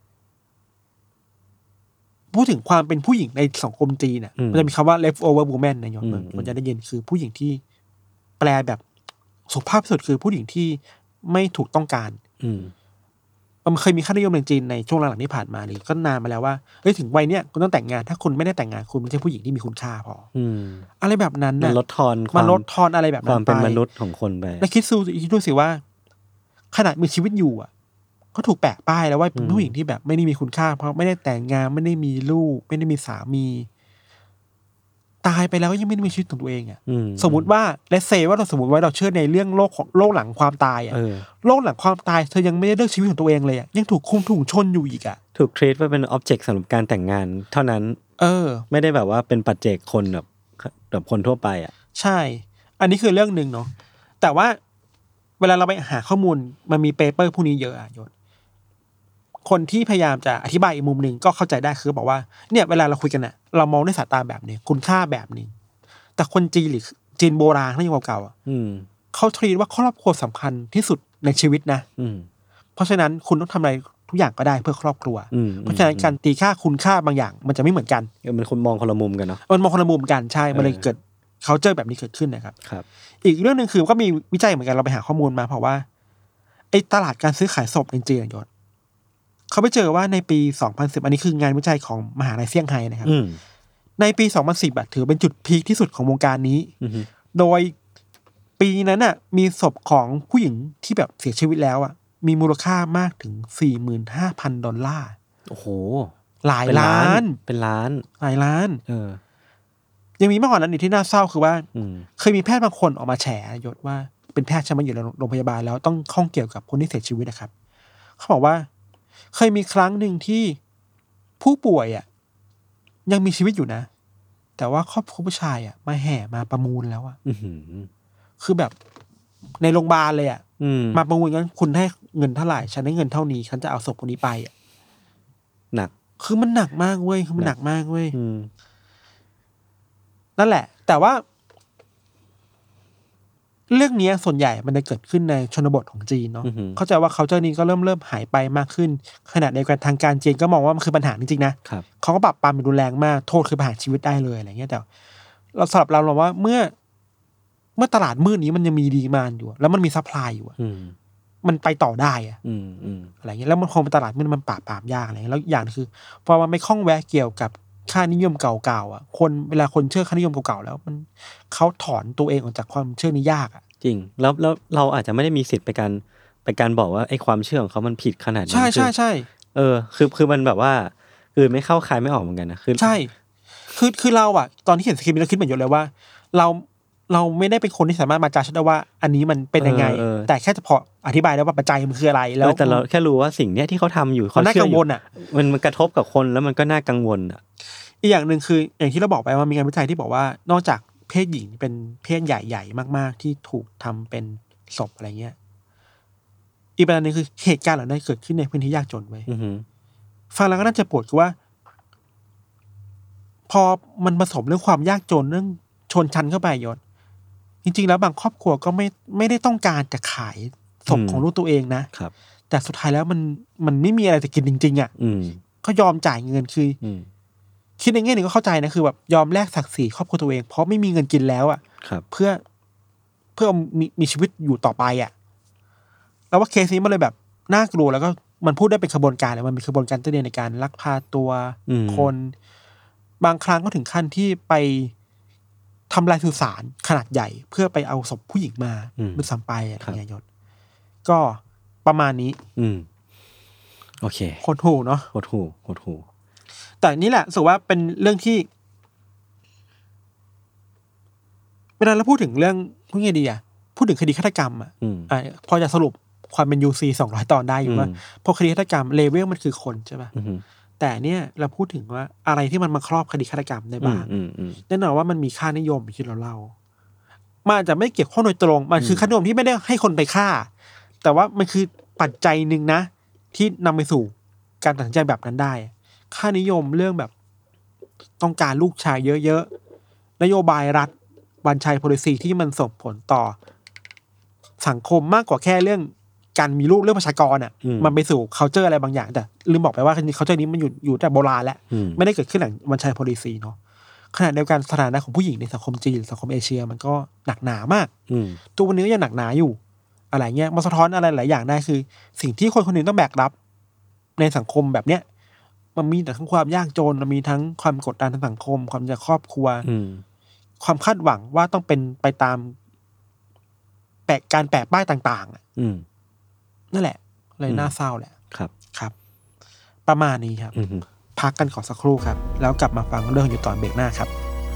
พูดถึงความเป็นผู้หญิงในสังคมจีนน่ะมันจะมีคำว่า leftover woman ในยศมันจะได้ยินคือผู้หญิงที่แปลแบบสุภาพสุดคือผู้หญิงที่ไม่ถูกต้องการมันเคยมีค่านิยมในจีนในช่วงหลังๆที่ผ่านมานี่ก็นานมาแล้วว่าเฮ้ยถึงวัยเนี้ยคุณต้องแต่งงานถ้าคุณไม่ได้แต่งงานคุณไม่ใช่ผู้หญิงที่มีคุณค่าพออะไรแบบนั้นน่ะมันลดทอนอะไรแบบนั้นความเป็นมนุษย์ของคนไปแล้วคิดดูสิว่าขนาดมีชีวิตอยู่อ่ะก็ถูกแปะป้ายแล้วว่าเป็นผู้หญิงที่แบบไม่ได้มีคุณค่าเพราะไม่ได้แต่งงานไม่ได้มีลูกไม่ได้มีสามีตายไปแล้วก็ยังไม่ได้มีชีวิตของตัวเองอ่ะสมมติว่าและเซว่าเราสมมติว่าเราเชื่อในเรื่องโลกหลังความตายอ่ะโลกหลังความตายเธอยังไม่ได้เลือกชีวิตของตัวเองเลยอ่ะยังถูกคุมถูกชนอยู่อีกอ่ะถูกทรีตว่าเป็นอ็อบเจกต์สำหรับการแต่งงานเท่านั้นไม่ได้แบบว่าเป็นปัจเจกคนแบบคนทั่วไปอ่ะใช่อันนี้คือเรื่องนึงเนาะแต่ว่าเวลาเราไปหาข้อมูลมันมีเปเปอร์พวกนี้เยอะอ่ะยศคนที่พยายามจะอธิบายอีกมุมหนึ่งก็เข้าใจได้คือบอกว่าเนี่ยเวลาเราคุยกันน่ะเรามองด้วยสายตาแบบนี้คุณค่าแบบนึงแต่คนจีนหรือจีนโบราณที่ยังเก่าๆอ่ะเขาทรีตว่าครอบครัวสำคัญที่สุดในชีวิตนะเพราะฉะนั้นคุณต้องทำอะไรทุกอย่างก็ได้เพื่อครอบครัวเพราะฉะนั้นการตีค่าคุณค่าบางอย่างมันจะไม่เหมือนกันมันคนมองคนละมุมกันเนาะมันมองคนละมุมกันใช่มันเลยเกิดเขาเจอแบบนี้เกิดขึ้นนะครับอีกเรื่องนึงคือก็มีวิจัยเหมือนกันเราไปหาข้อมูลมาเพราะว่าไอ้ตลาดการซื้อขายศพในจีนยศเขาไปเจอว่าในปี 2010 อันนี้คืองานวิจัยของมหาวิทยาลัยเซี่ยงไฮ้นะครับในปี 2010 ถือเป็นจุดพีคที่สุดของวงการนี้โดยปีนั้นน่ะมีศพของผู้หญิงที่แบบเสียชีวิตแล้วอ่ะมีมูลค่ามากถึง $45,000 โอ้โหหลายล้านเป็นล้านหลายล้านยังมีมากกว่านั้นอีกที่น่าเศร้าคือว่าเคยมีแพทย์บางคนออกมาแฉยศว่าเป็นแพทย์ใช่ไหมอยู่ในโรงพยาบาลแล้วต้องข้องเกี่ยวกับคนที่เสียชีวิตนะครับเขาบอกว่าเคยมีครั้งหนึ่งที่ผู้ป่วยอ่ะยังมีชีวิตอยู่นะแต่ว่าครอบครัวผู้ชายอ่ะมาแห่มาประมูลแล้วอ่ะคือแบบในโรงพยาบาลเลยอ่ะมาประมูลงั้นคุณให้เงินเท่าไหร่ฉันได้เงินเท่านี้ฉันจะเอาศพคนนี้ไปอ่ะหนักคือมันหนักมากเว้ยคือมันหนักมากเว้ยนั่นแหละแต่ว่าเรื่องนี้ส่วนใหญ่มันจะเกิดขึ้นในชนบทของจีนเนาะเข้าใจว่าเขาเจ้านี้ก็เริ่มหายไปมากขึ้นขณะในการทางการจีนก็มองว่ามันคือปัญหาจริงๆนะเขาก็ปราบปรามมันรุนแรงมากโทษคือประหารชีวิตได้เลยอะไรเงี้ยแต่เราสำหรับเราว่าเมื่อตลาดมืดนี้มันยังมีดีมานอยู่แล้วมันมีซัพพลายอยู่มันไปต่อได้อะอะไรเงี้ยแล้วมันคงเป็นตลาดมืดมันปราบปรามยากอะไรเงี้ยแล้วอย่างคือพอมันไม่คล้องแวะเกี่ยวกับค่านิยมเก่าๆอ่ะคนเวลาคนเชื่อค่านิยมเก่าๆแล้วมันเขาถอนตัวเองออกจากความเชื่อนี้ยากอ่ะจริงแล้วเราอาจจะไม่ได้มีสิทธิ์ไปการบอกว่าไอ้ความเชื่อของเขามันผิดขนาดนั้นใช่คือมันแบบว่าคือไม่เข้าคายไม่ออกเหมือนกันนะคือใช่คือเราอ่ะตอนที่เขียนสคริปต์เราคิดเหมือนอยู่เลยว่าเราไม่ได้เป็นคนที่สามารถมาจัดได้ว่าอันนี้มันเป็นยังไงแต่แค่จะพออธิบายได้ว่าปัจจัยมันคืออะไรแล้วแต่เราแค่รู้ว่าสิ่งเนี้ยที่เขาทำอยู่เขาน่ากังวลอ่ะมันกระทบกับคนแล้วมันก็น่ากังวลอ่ะอีกอย่างนึงคืออย่างที่เราบอกไปว่ามีงานวิจัยที่บอกว่านอกจากเพศหญิงเป็นเพศใหญ่ๆมากๆที่ถูกทำเป็นศพอะไรเงี้ยอีกประเด็นนึงคือเหตุการณ์เหล่านั้นเกิดขึ้นในพื้นที่ยากจนไว้ฟังแล้วก็น่าจะปวดคือว่าพอมันผสมเรื่องความยากจนเรื่องชนชั้นเข้าไปยศจริงๆแล้วบางครอบครัวก็ไม่ได้ต้องการจะขายศพของลูกตัวเองนะครับแต่สุดท้ายแล้วมันไม่มีอะไรจะกินจริงๆอ่ะก็ยอมจ่ายเงินคือคิดในแง่หนึ่งก็เข้าใจนะคือแบบยอมแลกศักดิ์ศรีครอบครัวตัวเองเพราะไม่มีเงินกินแล้วอ่ะเพื่อมีชีวิตอยู่ต่อไปอ่ะแล้วว่าเคสนี้มันเลยแบบน่ากลัวแล้วก็มันพูดได้เป็นขบวนการเลยมันมีขบวนการเตือนในการลักพาตัวคนบางครั้งก็ถึงขั้นที่ไปทำลายสุสานขนาดใหญ่เพื่อไปเอาศพผู้หญิงมาด้วยซ้ำไปอะไรอย่างเงี้ยยศก็ประมาณนี้โอเคโคตรหูเนาะโคตรหูแต่นี่แหละรู้สึกว่าเป็นเรื่องที่เวลาเราพูดถึงเรื่องพูดไงดีพูดถึงคดีฆาตกรรมพอจะสรุปความเป็น UC 200 ตอนได้อยู่ว่าพอคดีฆาตกรรมเลเวลมันคือคนใช่ป่ะแต่เนี่ยเราพูดถึงว่าอะไรที่มันมาครอบคดีฆาตกรรมได้บ้างแน่นอนว่ามันมีค่านิยมที่เราเล่ามันอาจจะไม่เกี่ยวข้องโดยตรงมันคือค่านิยมที่ไม่ได้ให้คนไปฆ่าแต่ว่ามันคือปัจจัยนึงนะที่นำไปสู่การตัดสินใจแบบนั้นได้ค่านิยมเรื่องแบบต้องการลูกชายเยอะๆนโยบายรัฐวันชัย policy ที่มันส่งผลต่อสังคมมากกว่าแค่เรื่องการมีลูกเรื่องประชากรอ่ะมันไปสู่ culture อะไรบางอย่างแต่ลืมบอกไปว่า culture นี้มันอยู่แต่โบราณแล้วไม่ได้เกิดขึ้นหลังวันชัย policy เนาะขณะเดียวกันสถานะของผู้หญิงในสังคมจีนสังคมเอเชียมันก็หนักหนามากตัววันนี้ก็ยังหนักหนาอยู่อะไรเงี้ยมันสะท้อนอะไรหลายอย่างได้คือสิ่งที่คนคนหนึ่งต้องแบกรับในสังคมแบบเนี้ยมันมีทั้งความยากจนมันมีทั้งความกดดันทางสังคมความจากครอบครัวความคาดหวังว่าต้องเป็นไปตามการแปะป้ายต่างๆนั่นแหละเลยน่าเศร้าแหละครับประมาณนี้ครับพักกันขอสักครู่ครับแล้วกลับมาฟังเรื่องอยู่ตอนเบรกหน้าครับ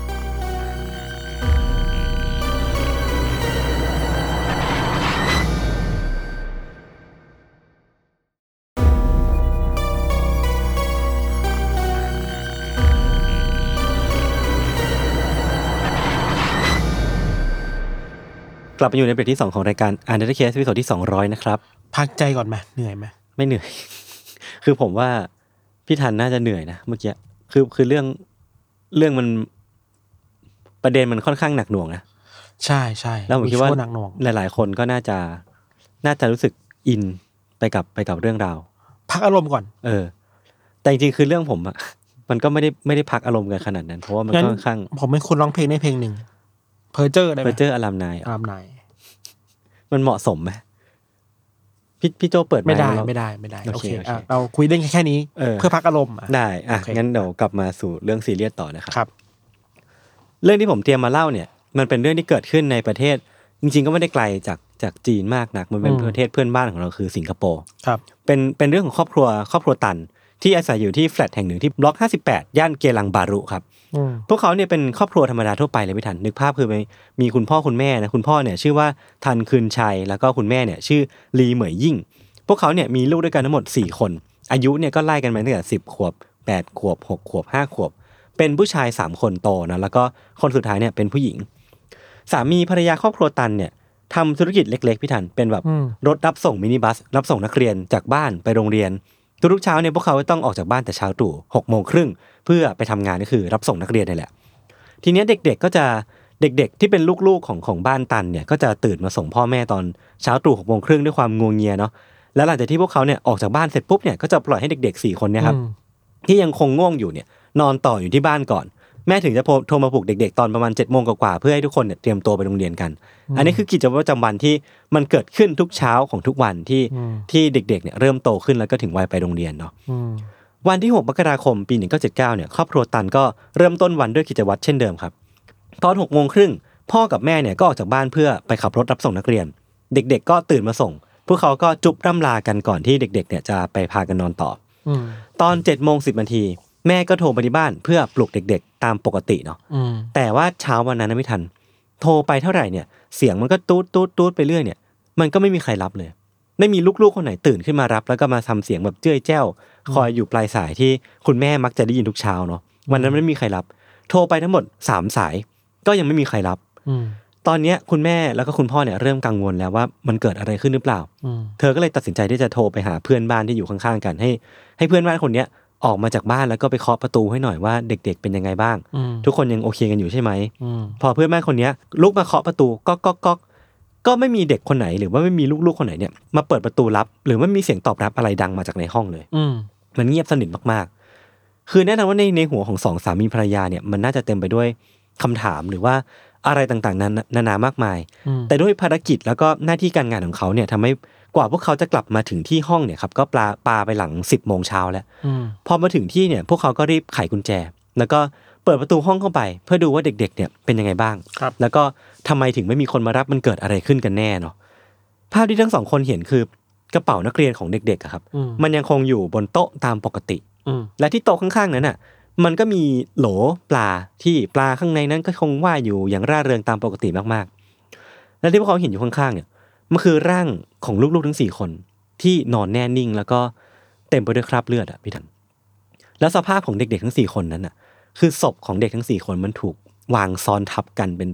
กลับไปอยู่ในเบรกที่2ของรายการ Untitled Case ตอนที่200นะครับพักใจก่อนไหมเหนื่อยไหมไม่เหนื่อย คือผมว่าพี่ทันน่าจะเหนื่อยนะเมื่อกี้คือเรื่องมันประเด็นมันค่อนข้างหนักหน่วงนะใช่ใช่แล้วผมคิดว่าหลายๆคนก็น่าจะรู้สึกอินไปกับเรื่องราวพักอารมณ์ก่อนแต่จริงๆคือเรื่องผมอะมันก็ไม่ได้พักอารมณ์กันขนาดนั้นเพราะว่ามันค่อนข้างผมเป็นคนร้องเพลงในเพลงหนึ่งเพอร์เจอร์ได้ไหมเพอร์เจอร์อารามนายมันเหมาะสมไหมพี่โจเปิดไม่ได้โอเคเราคุยเรื่องแค่นี้เพื่อพักอารมณ์ได้งั้นเดี๋ยวกลับมาสู่เรื่องซีเรียสต่อนะครับเรื่องที่ผมเตรียมมาเล่าเนี่ยมันเป็นเรื่องที่เกิดขึ้นในประเทศจริงๆก็ไม่ได้ไกลจากจีนมากนักมันเป็นประเทศเพื่อนบ้านของเราคือสิงคโปร์เป็นเรื่องของครอบครัวตันที่อาศัยอยู่ที่แฟลตแห่งหนึ่งที่บล็อก58ย่านเกลังบารุครับพวกเขาเนี่ยเป็นครอบครัวธรรมดาทั่วไปเลยพี่ทันนึกภาพคือมีคุณพ่อคุณแม่นะคุณพ่อเนี่ยชื่อว่าทันคืนชัยแล้วก็คุณแม่เนี่ยชื่อลีเหมยยิ่งพวกเขาเนี่ยมีลูกด้วยกันทั้งหมด4คนอายุเนี่ยก็ไล่กันมาตั้งแต่10ขวบ8ขวบ6ขวบ5ขวบเป็นผู้ชาย3คนโตนะแล้วก็คนสุดท้ายเนี่ยเป็นผู้หญิงสามีภรรยาครอบครัวตันเนี่ยทำธุรกิจเล็กๆพี่ทันเป็นแบบรถรับส่งมินิบัสรับส่งนักเรียนจากบ้านไปโรงเรียนทุกเช้าเนี่ยพวกเขาต้องออกจากบ้านแต่เช้าตรู่ 6:30 น.เพื่อไปทำงานก็คือรับส่งนักเรียนนี่แหละทีนี้เด็กๆก็จะเด็กๆที่เป็นลูกๆของบ้านตันเนี่ยก็จะตื่นมาส่งพ่อแม่ตอนเช้าตรู่ 6:30 น.ด้วยความงัวเงียเนาะแล้วหลังจากที่พวกเขาเนี่ยออกจากบ้านเสร็จปุ๊บเนี่ยก็จะปล่อยให้เด็กๆ4คนเนี่ยครับที่ยังคงง่วงอยู่เนี่ยนอนต่ออยู่ที่บ้านก่อนแม่ถึงจะโทรมาปลุกเด็กๆตอนประมาณ 7:00 น.กว่าๆเพื่อให้ทุกคนเนี่ยเตรียมตัวไปโรงเรียนกันอันนี้คือกิจวัตรประจำวันที่มันเกิดขึ้นทุกเช้าของทุกวันที่เด็กๆเนี่ยเริ่มโตขึ้นแล้วก็ถึงวัยไปโรงเรียนเนาะวันที่6 มกราคมปี1979เนี่ยครอบครัวตันก็เริ่มต้นวันด้วยกิจวัตรเช่นเดิมครับตอน 6:30 น.พ่อกับแม่เนี่ยก็ออกจากบ้านเพื่อไปขับรถรับส่งนักเรียนเด็กๆก็ตื่นมาส่งพวกเขาก็จุ๊บร่ำลากันก่อนที่เด็กๆเนี่ยจะไปพากันนอนต่อตอน 7:10 น.แม่ก็โทรไปที่บ้านเพื่อปลุกเด็กๆตามปกติเนาะแต่ว่าเช้าวันนั้นไม่ทันโทรไปเท่าไหร่เนี่ยเสียงมันก็ตูดไปเรื่อยเนี่ยมันก็ไม่มีใครรับเลยไม่มีลูกๆคนไหนตื่นขึ้นมารับแล้วก็มาทำเสียงแบบเจ้ยแจ้วคอยอยู่ปลายสายที่คุณแม่มักจะได้ยินทุกเช้าเนาะวันนั้นไม่มีใครรับโทรไปทั้งหมด3สายก็ยังไม่มีใครรับตอนนี้คุณแม่แล้วก็คุณพ่อเนี่ยเริ่มกังวลแล้วว่ามันเกิดอะไรขึ้นหรือเปล่าเธอก็เลยตัดสินใจที่จะโทรไปหาเพื่อนบ้านที่อยู่ข้างๆกันให้เพื่อนบ้านคนเนี้ยออกมาจากบ้านแล้วก็ไปเคาะประตูให้หน่อยว่าเด็กๆเป็นยังไงบ้างทุกคนยังโอเคกันอยู่ใช่ไหมพอเพื่อนบ้านคนนี้ลุกมาเคาะประตูก็ไม่มีเด็กคนไหนหรือว่าไม่มีลูกๆคนไหนเนี่ยมาเปิดประตูรับหรือไม่มีเสียงตอบรับอะไรดังมาจากในห้องเลยมันเงียบสนิทมากๆคือแน่นอนว่าในหัวของ2สามีภรรยาเนี่ยมันน่าจะเต็มไปด้วยคำถามหรือว่าอะไรต่างๆนานามากมายแต่ด้วยภารกิจแล้วก็หน้าที่การงานของเขาเนี่ยทำให้กว่าพวกเขาจะกลับมาถึงที่ห้องเนี่ยครับก็ปาไปหลัง 10:00 น.แล้วพอมาถึงที่เนี่ยพวกเขาก็รีบไขกุญแจแล้วก็เปิดประตูห้องเข้าไปเพื่อดูว่าเด็กๆเนี่ยเป็นยังไงบ้างแล้วก็ทำไมถึงไม่มีคนมารับมันเกิดอะไรขึ้นกันแน่เนาะภาพที่ทั้ง2คนเห็นคือกระเป๋านักเรียนของเด็กๆครับมันยังคงอยู่บนโต๊ะตามปกติและที่โต๊ะข้างๆนั้นน่ะมันก็มีโหลปลาที่ปลาข้างในนั้นก็คงว่ายอยู่อย่างร่าเริงตามปกติมากๆและที่พวกเขาเห็นอยู่ข้างๆเนี่ยมันคือร่างของลูกๆทั้ง4คนที่นอนแน่นิ่งแล้วก็เต็มไปด้วยคราบเลือดอ่ะพี่ทันแล้วสภาพของเด็กๆทั้ง4คนนั้นน่ะคือศพของเด็กทั้ง4คนมันถูกวางซ้อนทับกันเป็น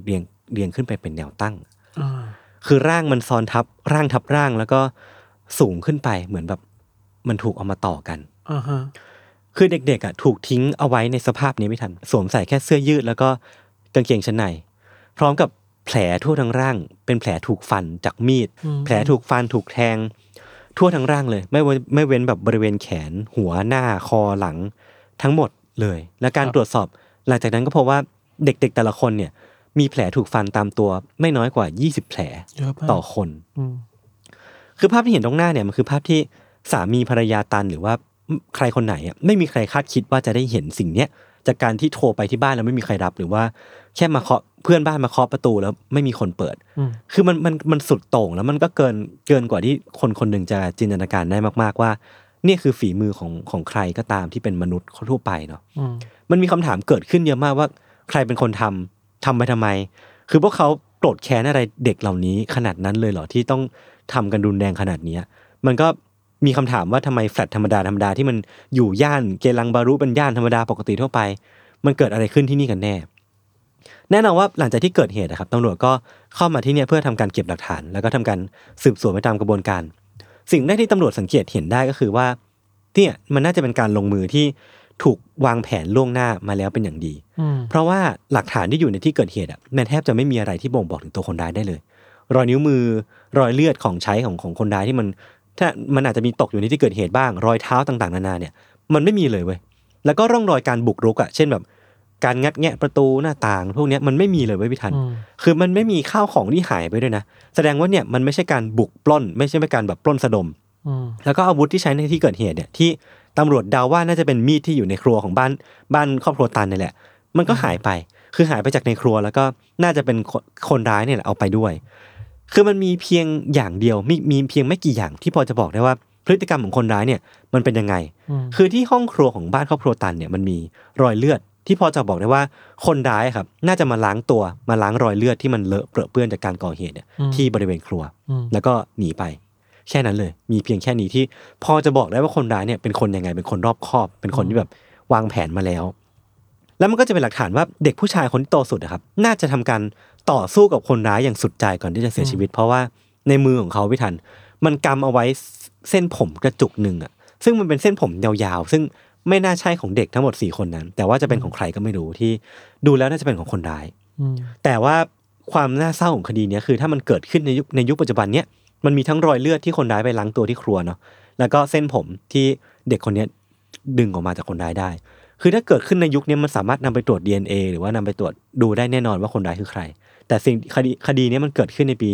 เรียงขึ้นไปเป็นแนวตั้งคือร่างมันซ้อนทับร่างทับร่างแล้วก็สูงขึ้นไปเหมือนแบบมันถูกเอามาต่อกันคือเด็กๆอ่ะถูกทิ้งเอาไว้ในสภาพนี้ไม่ทันสวมใส่แค่เสื้อยืดแล้วก็กางเกงชั้นในพร้อมกับแผลทั่วทั้งร่างเป็นแผลถูกฟันจากมีดแผลถูกฟันถูกแทงทั่วทั้งร่างเลยไม่เว้นแบบบริเวณแขนหัวหน้าคอหลังทั้งหมดเลยและการตรวจสอบหลังจากนั้นก็พบว่าเด็กๆแต่ละคนเนี่ยมีแผลถูกฟันตามตัวไม่น้อยกว่า20แผลต่อคนคือภาพที่เห็นตรงหน้าเนี่ยมันคือภาพที่สามีภรรยาตันหรือว่าใครคนไหนอ่ะไม่มีใครคาดคิดว่าจะได้เห็นสิ่งเนี้ยจากการที่โทรไปที่บ้านแล้วไม่มีใครรับหรือว่าแค่มาเคาะเพื่อนบ้านมาเคาะประตูแล้วไม่มีคนเปิดคือมันสุดโต่งแล้วมันก็เกินกว่าที่คนหนึ่งจะจินตนาการได้มากๆว่านี่คือฝีมือของใครก็ตามที่เป็นมนุษย์ทั่วไปเนาะมันมีคำถามเกิดขึ้นเยอะมากว่าใครเป็นคนทำไปทำไมคือพวกเขาโกรธแค้นอะไรเด็กเหล่านี้ขนาดนั้นเลยเหรอที่ต้องทำกันรุนแรงขนาดนี้มันก็มีคำถามว่าทำไมแฟลตธรรมดาที่มันอยู่ย่านเกลังบารุเป็นย่านธรรมดาปกติทั่วไปมันเกิดอะไรขึ้นที่นี่กันแน่นอนว่าหลังจากที่เกิดเหตุนะครับตำรวจก็เข้ามาที่เนี่ยเพื่อทำการเก็บหลักฐานแล้วก็ทำการสืบสวนไปตามกระบวนการสิ่งแรกที่ตำรวจสังเกตเห็นได้ก็คือว่าเนี่ยมันน่าจะเป็นการลงมือที่ถูกวางแผนล่วงหน้ามาแล้วเป็นอย่างดีเพราะว่าหลักฐานที่อยู่ในที่เกิดเหตุมันแทบจะไม่มีอะไรที่บ่งบอกถึงตัวคนร้ายได้เลยรอยนิ้วมือรอยเลือดของใช้ของคนร้ายที่ถ้ามันอาจจะมีตกอยู่ในที่เกิดเหตุบ้างรอยเท้าต่างๆนานาเนี่ยมันไม่มีเลยเว้ยแล้วก็ร่องรอยการบุกรุกเช่นแบบการงัดแงะประตูหน้าต่างพวกนี้มันไม่มีเลยเว้ยพี่ทันคือมันไม่มีข้าวของที่หายไปด้วยนะแสดงว่าเนี่ยมันไม่ใช่การบุกปล้นไม่ใช่การแบบปล้นสะดมแล้วก็อาวุธที่ใช้ในที่เกิดเหตุเนี่ยที่ตำรวจเดาว่าน่าจะเป็นมีดที่อยู่ในครัวของบ้านครอบครัวตันนี่แหละมันก็หายไปคือหายไปจากในครัวแล้วก็น่าจะเป็นคนร้ายเนี่ยแหละเอาไปด้วยคือมันมีเพียงอย่างเดียวมีเพียงไม่กี่อย่างที่พอจะบอกได้ว่าพฤติกรรมของคนร้ายเนี่ยมันเป็นยังไงคือที่ห้องครัวของบ้านครอบครัวตันเนี่ยมันมีรอยเลือดที่พอจะบอกได้ว่าคนร้ายครับน่าจะมาล้างรอยเลือดที่มันเลอะเปื้อนจากการก่อเหตุเนี่ยที่บริเวณครัวแล้วก็หนีไปแค่นั้นเลยมีเพียงแค่นี้ที่พอจะบอกได้ว่าคนร้ายเนี่ยเป็นคนยังไงเป็นคนรอบคอบเป็นคนที่แบบวางแผนมาแล้วมันก็จะเป็นหลักฐานว่าเด็กผู้ชายคนที่โตสุดครับน่าจะทำการต่อสู้กับคนร้ายอย่างสุดใจก่อนที่จะเสียชีวิตเพราะว่าในมือของเขาพี่ทันมันกำเอาไว้เส้นผมกระจุกนึงซึ่งมันเป็นเส้นผมยาวๆซึ่งไม่น่าใช่ของเด็กทั้งหมด4คนนั้นแต่ว่าจะเป็นของใครก็ไม่รู้ที่ดูแล้วน่าจะเป็นของคนร้ายแต่ว่าความน่าเศร้าของคดีนี้คือถ้ามันเกิดขึ้นในยุคปัจจุบันเนี้ยมันมีทั้งรอยเลือดที่คนร้ายไปล้างตัวที่ครัวเนาะแล้วก็เส้นผมที่เด็กคนนี้ดึงออกมาจากคนร้ายได้คือถ้าเกิดขึ้นในยุคนี้มันสามารถนำไปตรวจ DNA หรือว่านำไปตรวจดูได้แน่นอนว่าคนร้ายคือใครแต่สิ่งคดีนี้มันเกิดขึ้นในปี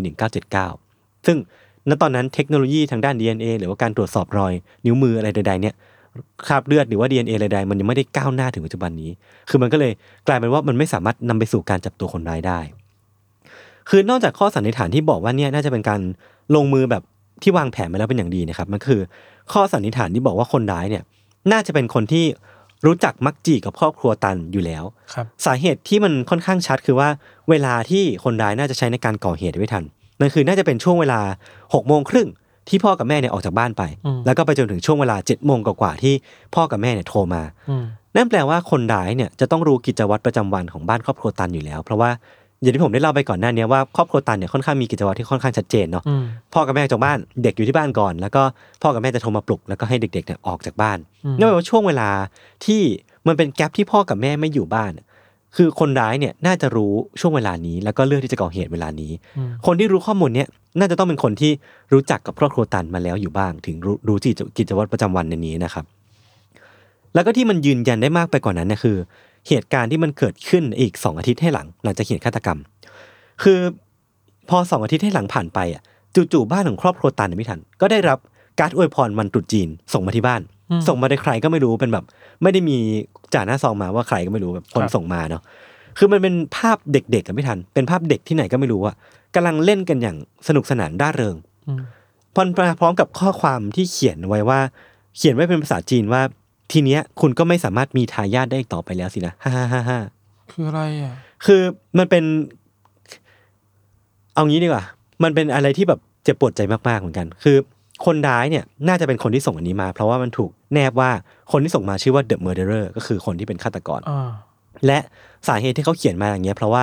1979ซึ่งณตอนนั้นเทคโนโลยีทางด้าน DNA หรือว่าการตรวจสอบรอยนิ้วมืออะไรใดๆเนี่ยคราบเลือดหรือว่า DNA ใดๆมันยังไม่ได้ก้าวหน้าถึงปัจจุบันนี้คือมันก็เลยกลายเป็นว่ามันไม่สามารถนำไปสู่การจับตัวคนร้ายได้คือนอกจากข้อสันนิษฐานที่บอกว่าเนี่ยน่าจะเป็นการลงมือแบบที่วางแผนมาแล้วเป็นอย่างดีนะครับมันคือข้อสันนิษฐานที่บอกว่าคนร้ายเนี่ยน่าจะเป็นคนที่รู้จักมักจีกับครอบครัวตันอยู่แล้วสาเหตุที่มันค่อนข้างชัดคือว่าเวลาที่คนร้ายน่าจะใช้ในการก่อเหตุไว้ทันนั่นคือน่าจะเป็นช่วงเวลา 6:30 นที่พ่อกับแม่เนี่ยออกจากบ้านไปแล้วก็ไปจนถึงช่วงเวลา 7:00 นกว่าที่พ่อกับแม่เนี่ยโทรมานั่นแปลว่าคนร้ายเนี่ยจะต้องรู้กิจวัตรประจำวันของบ้านครอบครัวตันอยู่แล้วเพราะว่าอย่างที่ผมได้เล่าไปก่อนหน้านี้ว่าครอบครัวตันเนี่ยค่อนข้างมีกิจวัตรที่ค่อนข้างชัดเจนเนาะพ่อกับแม่จากบ้านเด็กอยู่ที่บ้านก่อนแล้วก็พ่อกับแม่จะโทรมาปลุกแล้วก็ให้เด็กๆเนี่ยออกจากบ้านนั่นแปลว่าช่วงเวลาที่มันเป็นแกปที่พ่อกับแม่ไม่อยู่บ้านคือคนร้ายเนี่ยน่าจะรู้ช่วงเวลานี้แล้วก็เลือกที่จะก่อเหตุเวลานี้คนที่รู้ข้อมูลเนี่ยน่าจะต้องเป็นคนที่รู้จักกับครอบครัวตันมาแล้วอยู่บ้างถึงรู้กิจวัตรประจำวันในนี้นะครับแล้วก็ที่มันยืนยันได้มากไปกว่านั้นนะคือเหตุการณ์ที่มันเกิดขึ้นอีก2 อาทิตย์ให้หลังจากเหตุฆาตกรรมคือพอ2 อาทิตย์ให้หลังผ่านไปจู่ๆบ้านของครอบครัวตันไม่ทันก็ได้รับการ์ดอวยพรวันตรุษจีนส่งมาที่บ้านส่งมาได้ใครก็ไม่รู้เป็นแบบไม่ได้มีจ่าหน้าซองมาว่าใครก็ไม่รู้แบบคนส่งมาเนาะคือมันเป็นภาพเด็กๆไม่ทันเป็นภาพเด็กที่ไหนก็ไม่รู้กำลังเล่นกันอย่างสนุกสนานร่าเริงพร้อมกับข้อความที่เขียนไว้เป็นภาษาจีนว่าทีเนี้ยคุณก็ไม่สามารถมีทายาทได้อีกต่อไปแล้วสินะฮ่าคืออะไรคือมันเป็นเอางี้ดีกว่ามันเป็นอะไรที่แบบเจ็บปวดใจมากๆเหมือนกันคือคนร้ายเนี่ยน่าจะเป็นคนที่ส่งอันนี้มาเพราะว่ามันถูกแนบว่าคนที่ส่งมาชื่อว่า The Murderer ก็คือคนที่เป็นฆาตกรและสาเหตุที่เขาเขียนมาอย่างเงี้ยเพราะว่า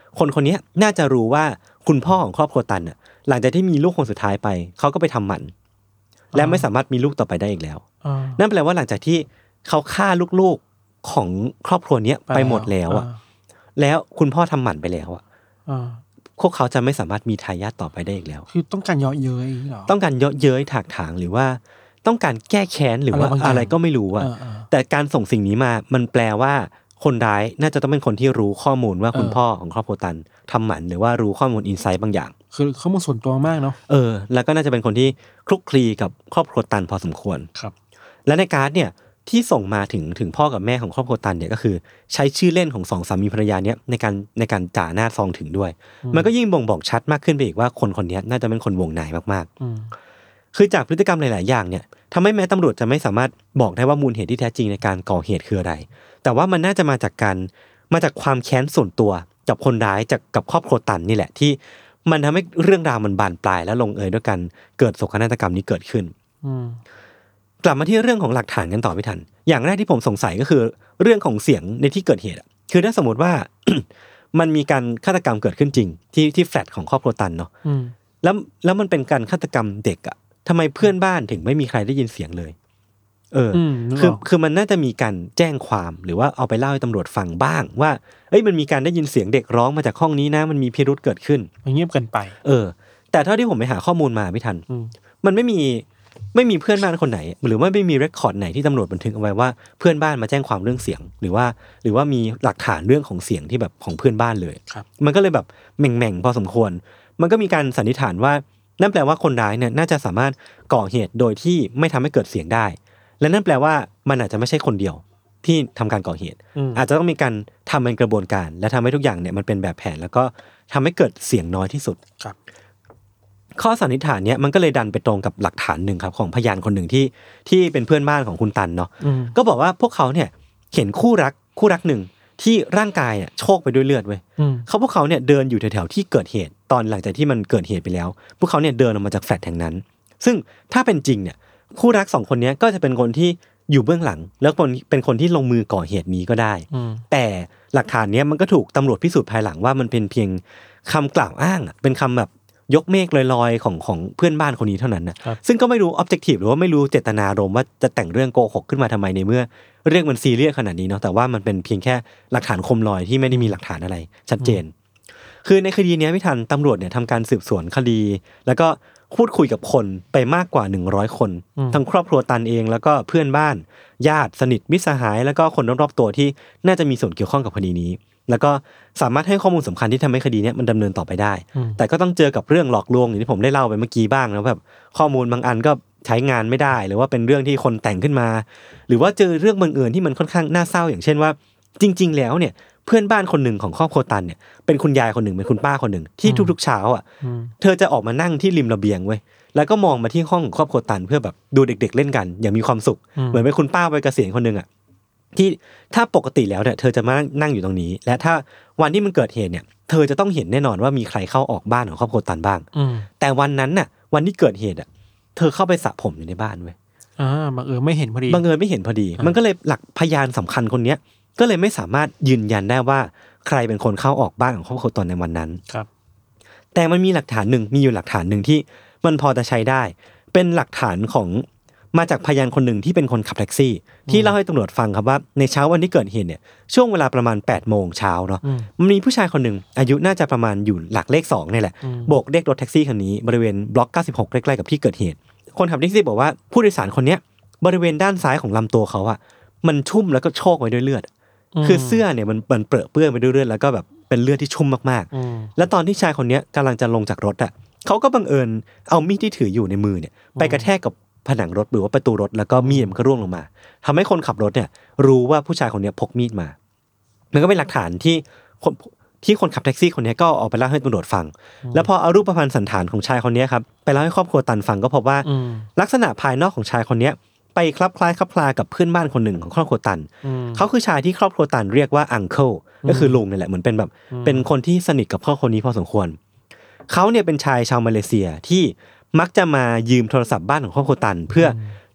คนนี้น่าจะรู้ว่าคุณพ่อของครอบครัวตันน่ะหลังจากที่มีลูกคนสุดท้ายไปเขาก็ไปทำหมันและไม่สามารถมีลูกต่อไปได้อีกแล้วนั่นแปลว่าหลังจากที่เขาฆ่าลูกๆของครอบครัวนี้ไปหมดแล้วอ่ะแล้วคุณพ่อทำหมันไปแล้วอ่ะพวกเขาจะไม่สามารถมีทายาทต่อไปได้อีกแล้วคือต้องการเยาะเย้ยหรอต้องการเยาะเย้ยถากถางหรือว่าต้องการแก้แค้นหรือว่าอะไรก็ไม่รู้อ่ะแต่การส่งสิ่งนี้มามันแปลว่าคนร้ายน่าจะต้องเป็นคนที่รู้ข้อมูลว่าคุณพ่อของครอบครัวตันทำหมันหรือว่ารู้ข้อมูลอินไซต์บางอย่างคือข้อมูลส่วนตัวมากเนาะแล้วก็น่าจะเป็นคนที่คลุกคลีกับครอบครัวตันพอสมควรครับและในการ์ดเนี่ยที่ส่งมาถึงพ่อกับแม่ของครอบครัวตันเนี่ยก็คือใช้ชื่อเล่นของ2สามีภรรยาเนี้ยในการจ่าหน้าซองถึงด้วยมันก็ยิ่งบ่งบอกชัดมากขึ้นไปอีกว่าคนนี้น่าจะเป็นคนวงในมากๆคือจากพฤติกรรมหลายๆอย่างเนี่ยทำให้แม้ตำรวจจะไม่สามารถบอกได้ว่ามูลเหตุที่แท้จริงในการก่อเหตุคืออะไรแต่ว่ามันน่าจะมาจากความแค้นส่วนตัวกับคนร้ายกับครอบครัวตันนี่แหละที่มันทำให้เรื่องราวมันบานปลายและลงเอยด้วยกันเกิดโศกนาฏกรรมนี้เกิดขึ้นกลับมาที่เรื่องของหลักฐานกันต่อพี่ทันอย่างแรกที่ผมสงสัยก็คือเรื่องของเสียงในที่เกิดเหตุคือถ้าสมมติว่า มันมีการฆาตกรรมเกิดขึ้นจริงที่แฟลตของครอบครัวตันเนาะแล้วมันเป็นการฆาตกรรมเด็กอะทำไมเพื่อนบ้านถึงไม่มีใครได้ยินเสียงเลยคือมันน่าจะมีการแจ้งความหรือว่าเอาไปเล่าให้ตำรวจฟังบ้างว่ามันมีการได้ยินเสียงเด็กร้องมาจากห้องนี้นะมันมีพิรุธเกิดขึ้นเงียบกันไปแต่เท่าที่ผมไปหาข้อมูลมาพี่ทันมันไม่มีเพื่อนบ้านคนไหนหรือว่าไม่มีเรคคอร์ดไหนที่ตำรวจบันทึกเอาไว้ว่าเพื่อนบ้านมาแจ้งความเรื่องเสียงหรือว่ามีหลักฐานเรื่องของเสียงที่แบบของเพื่อนบ้านเลยมันก็เลยแบบแหม่งๆพอสมควรมันก็มีการสันนิษฐานว่านั่นแปลว่าคนร้ายเนี่ยน่าจะสามารถก่อเหตุโดยที่ไม่ทำให้เกิดเสียงได้และนั่นแปลว่ามันอาจจะไม่ใช่คนเดียวที่ทำการก่อเหตุอาจจะต้องมีการทำเป็นกระบวนการและทำให้ทุกอย่างเนี่ยมันเป็นแบบแผนแล้วก็ทำให้เกิดเสียงน้อยที่สุดข้อสันนิษฐานเนี้ยมันก็เลยดันไปตรงกับหลักฐานหนึ่งครับของพยานคนหนึ่งที่เป็นเพื่อนบ้านของคุณตันเนาะก็บอกว่าพวกเขาเนี่ยเห็นคู่รักหนึ่งที่ร่างกายโชกไปด้วยเลือดเว้ยพวกเขาเนี่ยเดินอยู่แถวๆที่เกิดเหตุตอนหลังจากที่มันเกิดเหตุไปแล้วพวกเขาเนี่ยเดินออกมาจากแฟลตแห่งนั้นซึ่งถ้าเป็นจริงเนี่ยคู่รัก2คนนี้ก็จะเป็นคนที่อยู่เบื้องหลังแล้วเป็นคนที่ลงมือก่อเหตุนี้ก็ได้แต่หลักฐานนี้มันก็ถูกตำรวจพิสูจน์ภายหลังว่ามันเป็นเพียงคำกล่าวอ้างเป็นคำแบบยกเมฆลอยๆของเพื่อนบ้านคนนี้เท่านั้นนะซึ่งก็ไม่รู้ objective หรือว่าไม่รู้เจตนารมณ์ว่าจะแต่งเรื่องโกหกขึ้นมาทำไมในเมื่อเรื่องมันซีเรียสขนาดนี้เนาะแต่ว่ามันเป็นเพียงแค่หลักฐานคมลอยที่ไม่ได้มีหลักฐานอะไรชัดเจนคือในคดีนี้พี่ทันตำรวจเนี่ยทำการสืบสวนคดีแล้วก็พูดคุยกับคนไปมากกว่า100คนทั้งครอบครัวตันเองแล้วก็เพื่อนบ้านญาติสนิทมิตรสหายแล้วก็คนรอบๆตัวที่น่าจะมีส่วนเกี่ยวข้องกับคดีนี้แล้วก็สามารถให้ข้อมูลสำคัญที่ทำให้คดีนี้มันดำเนินต่อไปได้แต่ก็ต้องเจอกับเรื่องหลอกลวงอย่างที่ผมได้เล่าไปเมื่อกี้บ้างนะแบบข้อมูลบางอันก็ใช้งานไม่ได้หรือว่าเป็นเรื่องที่คนแต่งขึ้นมาหรือว่าเจอเรื่องบังเอิญที่มันค่อนข้างน่าเศร้าอย่างเช่นว่าจริงๆแล้วเนี่ยเพื่อนบ้านคนหนึ่งของครอบครัวตันเนี่ยเป็นคุณยายคนหนึ่งเป็นคุณป้าคนหนึ่งที่ทุกๆเช้าเธอจะออกมานั่งที่ริมระเบียงเว้ยแล้วก็มองมาที่ห้องของครอบครัวตันเพื่อแบบดูเด็กๆเล่นกันอย่างมีความสุขเหมือนเป็นคุณป้าวัยเกษียณคนนึงที่ถ้าปกติแล้วเนี่ยเธอจะมานั่งอยู่ตรงนี้และถ้าวันที่มันเกิดเหตุเนี่ยเธอจะต้องเห็นแน่นอนว่ามีใครเข้าออกบ้านของครอบครัวตันบ้างแต่วันนั้นน่ะวันที่เกิดเหตุเธอเข้าไปสระผมอยู่ในบ้านเว้ยบังเอิญไม่เห็นพอดีมันก็เลยหลักพยานสำคัญคนเนี้ยก็เลยไม่สามารถยืนยันได้ว่าใครเป็นคนเข้าออกบ้านของครอบครัวตันในวันนั้นครับแต่มันมีหลักฐานหนึ่งมีอยู่หลักฐานหนึ่งที่มันพอจะใช้ได้เป็นหลักฐานของมาจากพยานคนหนึ่งที่เป็นคนขับแท็กซี่ที่เล่าให้ตำรวจฟังครับว่าในเช้าวันที่เกิดเหตุเนี่ยช่วงเวลาประมาณ 8:00 น.เช้าเนาะมันมีผู้ชายคนหนึ่งอายุน่าจะประมาณอยู่หลักเลข2นี่แหละโบกเรียกรถแท็กซี่คันนี้บริเวณบล็อก96ใกล้ๆกับที่เกิดเหตุคนขับแท็กซี่บอกว่าผู้โดยสารคนเนี้ยบริเวณด้านซ้ายของลำตัวเขามันชุ่มแล้วก็โชกไว้ด้วยเลือดคือเสื้อเนี่ยมันเปรอะเปื้อนไปด้วยเลือดแล้วก็แบบเป็นเลือดที่ชุ่มมากๆแล้วตอนที่ชายคนนี้กำลังจะลงจากรถเขาก็บังเอิญเอามีดที่ถืออยู่ในมือเนี่ยไปกระแทกกับผนังรถหรือว่าประตูรถแล้วก็มีดมันก็ร่วงลงมาทำให้คนขับรถเนี่ยรู้ว่าผู้ชายคนนี้พกมีดมามันก็เป็นหลักฐานที่คนขับแท็กซี่คนนี้ก็เอาไปเล่าให้ตำรวจฟังแล้วพอเอารูปพรรณสันฐานของชายคนนี้ครับไปเล่าให้ครอบครัวตันฟังก็พบว่าลักษณะภายนอกของชายคนนี้ไปคลับคลากับเพื่อนบ้านคนหนึ่งของครอบครัวตันเขาคือชายที่ครอบครัวตันเรียกว่าอังเคิลก็คือลุงนี่แหละเหมือนเป็นแบบเป็นคนที่สนิทกับครอบครัวนี้พอสมควรเขาเนี่ยเป็นชายชาวมาเลเซียที่มักจะมายืมโทรศัพท์บ้านของครอบครัวตันเพื่อ